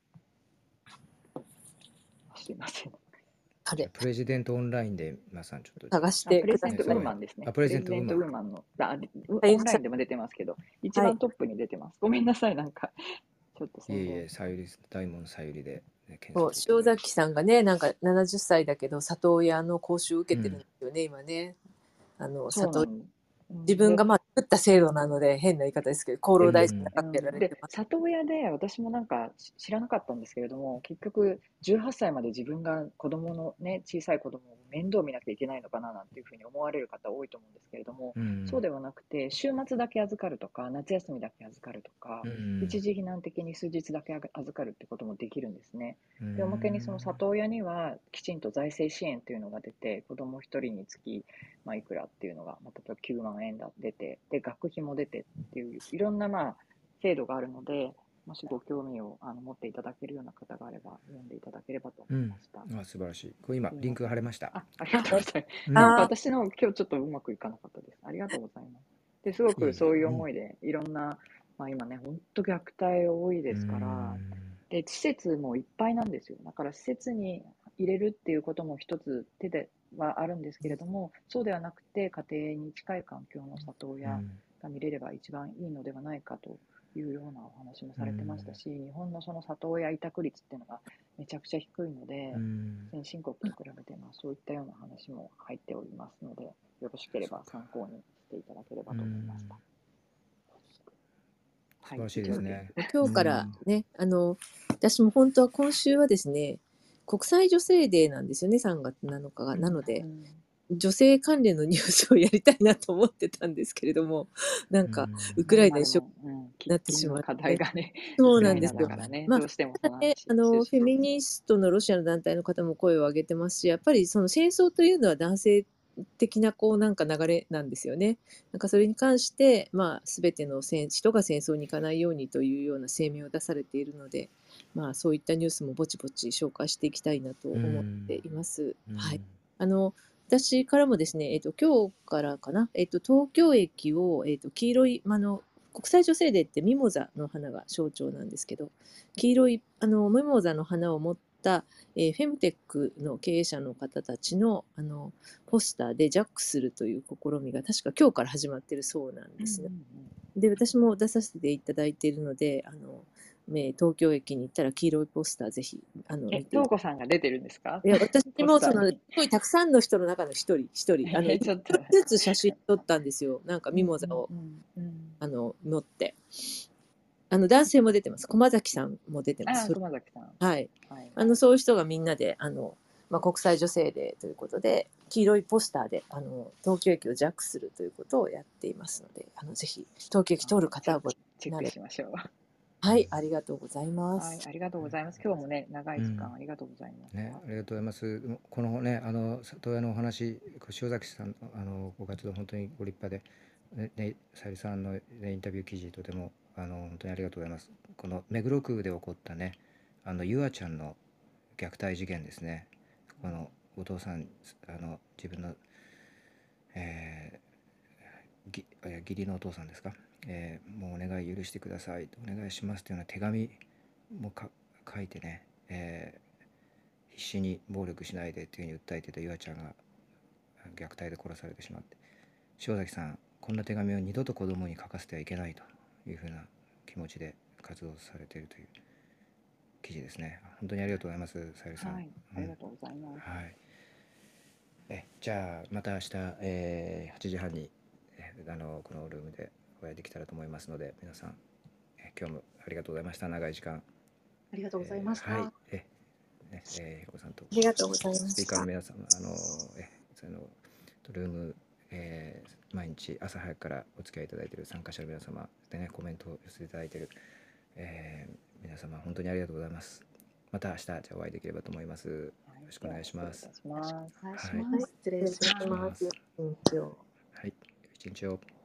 すいません。 プレジデントオンラインで皆さんちょっと探してプレジデントウーマンですね。 プレジデントウーマンのオンラインでも出てますけど、一番トップに出てます。ごめんなさい、なんかちょっといえいえ、大門さゆりで検そう、 索を塩崎さんがね、なんか70歳だけど、里親の講習を受うけてるんん。 ですよね、今ね。 そう里なん自分で、 がまあ作った制度なので、変な言い方ですけど、厚う労大臣がん。 勝ってやられてで、 ます。 里親で私もなんか知らなかったんですけれども、結局18歳まで自分が子供のね、小さい子供を面倒見なきゃいけないのかななんていうふうに思われる方多いと思うんですけれども、 うん。 そうではなくて、週末だけ預かるとか、夏休みだけ預かるとか、 う一ん。 時避難的に数日だけ預かるってこともできるんですね。 うで、おまけにそのん。 里親にはきちんと財政支援というのが出て、子供一人につき、まあ、いくらっていうのが、まあ、例えば9万円だ出て、で、学費も出てっていう、いろんなまあ制度があるので、もしご興味を持っていただけるような方があれば、読んでいただければとうん。 思いました。 あ、素晴らしい。これ今、リンクが貼れました。 ありがとうございます。 うん。 なんかあ私の今日ちょっとうまくいかなかったです。ありがとうございます。で、すごくそういう思いで、いろんな、まあ今ね、本当虐待多いですから、で、施設もいっぱいなんですよ。だから施設に入れるっていうことも一つ手ではあるんですけれども、そうではなくて家庭に近い環境の里親が見れれば一番いいのではないかというようなお話もされてましたし、日本のその里親委託率っていうのがめちゃくちゃ低いので、先進国と比べてそういったような話も入っておりますので、よろしければ参考にしていただければと思いました。 素晴らしいですね。 今日からね、私も本当は今週はですね、国際女性デーなんですよね、3月7日が。なので、女性関連のニュースをやりたいなと思ってたんですけれども、なんか、ウクライナ一緒になってしまって、 課題がね、 そうなんですよ。 どうしてもその話、 フェミニストのロシアの団体の方も声を上げてますし、やっぱりその戦争というのは男性的ななんか流れなんですよね。なんかそれに関して、全ての人が戦争に行かないようにというような声明を出されているので、そういったニュースもぼちぼち紹介していきたいなと思っています。はい。私からもですね、今日からかな、東京駅を、黄色い、国際女性デーってミモザの花が象徴なんですけど、黄色いミモザの花を持った、フェムテックの経営者の方たちのポスターでジャックするという試みが確か今日から始まっているそうなんですね。で、私も出させていただいているので、東京駅に行ったら黄色いポスターぜひ見て。 東子さんが出てるんですか？ いや、私もすごいたくさんの人の中の一人、ちょっとずつ写真撮ったんですよ。なんかミモザを持って。男性も出てます。駒崎さんも出てます。 駒崎さん。 はい。そういう人がみんなで、国際女性デーということで、黄色いポスターで、東京駅をジャックするということをやっていますので、ぜひ、東京駅通る方はチェックしましょう。 はい、ありがとうございます。 ありがとうございます。今日もね、長い時間ありがとうございます。 ね、ありがとうございます。このね、里親のお話、塩崎さん、ご活動本当にご立派で、ね、さゆりさんの、ね、インタビュー記事とても本当にありがとうございます。この目黒区で起こったね、ゆあちゃんの虐待事件ですね。このお父さん自分の、義理のお父さんですか、もうお願い許してください、お願いしますというような手紙も書いてね、必死に暴力しないでというふうに訴えていたゆあちゃんが虐待で殺されてしまって、塩崎さん、こんな手紙を二度と子供に書かせてはいけないというふうな気持ちで活動されているという記事ですね。本当にありがとうございます、さゆりさん。 ありがとうございます。 じゃあまた明日、8時半にこのルームでお会いできたらと思いますので、皆さん、今日もありがとうございました。長い時間ありがとうございました。 ひろこさんとありがとうございました。 スピーカーの皆さん、ルーム、毎日朝早くからお付き合いいただいている参加者の皆様でね、コメントを寄せていただいている、皆様本当にありがとうございます。また明日じゃあお会いできればと思います。よろしくお願いします。 失礼します。 失礼します。 はい、一日を。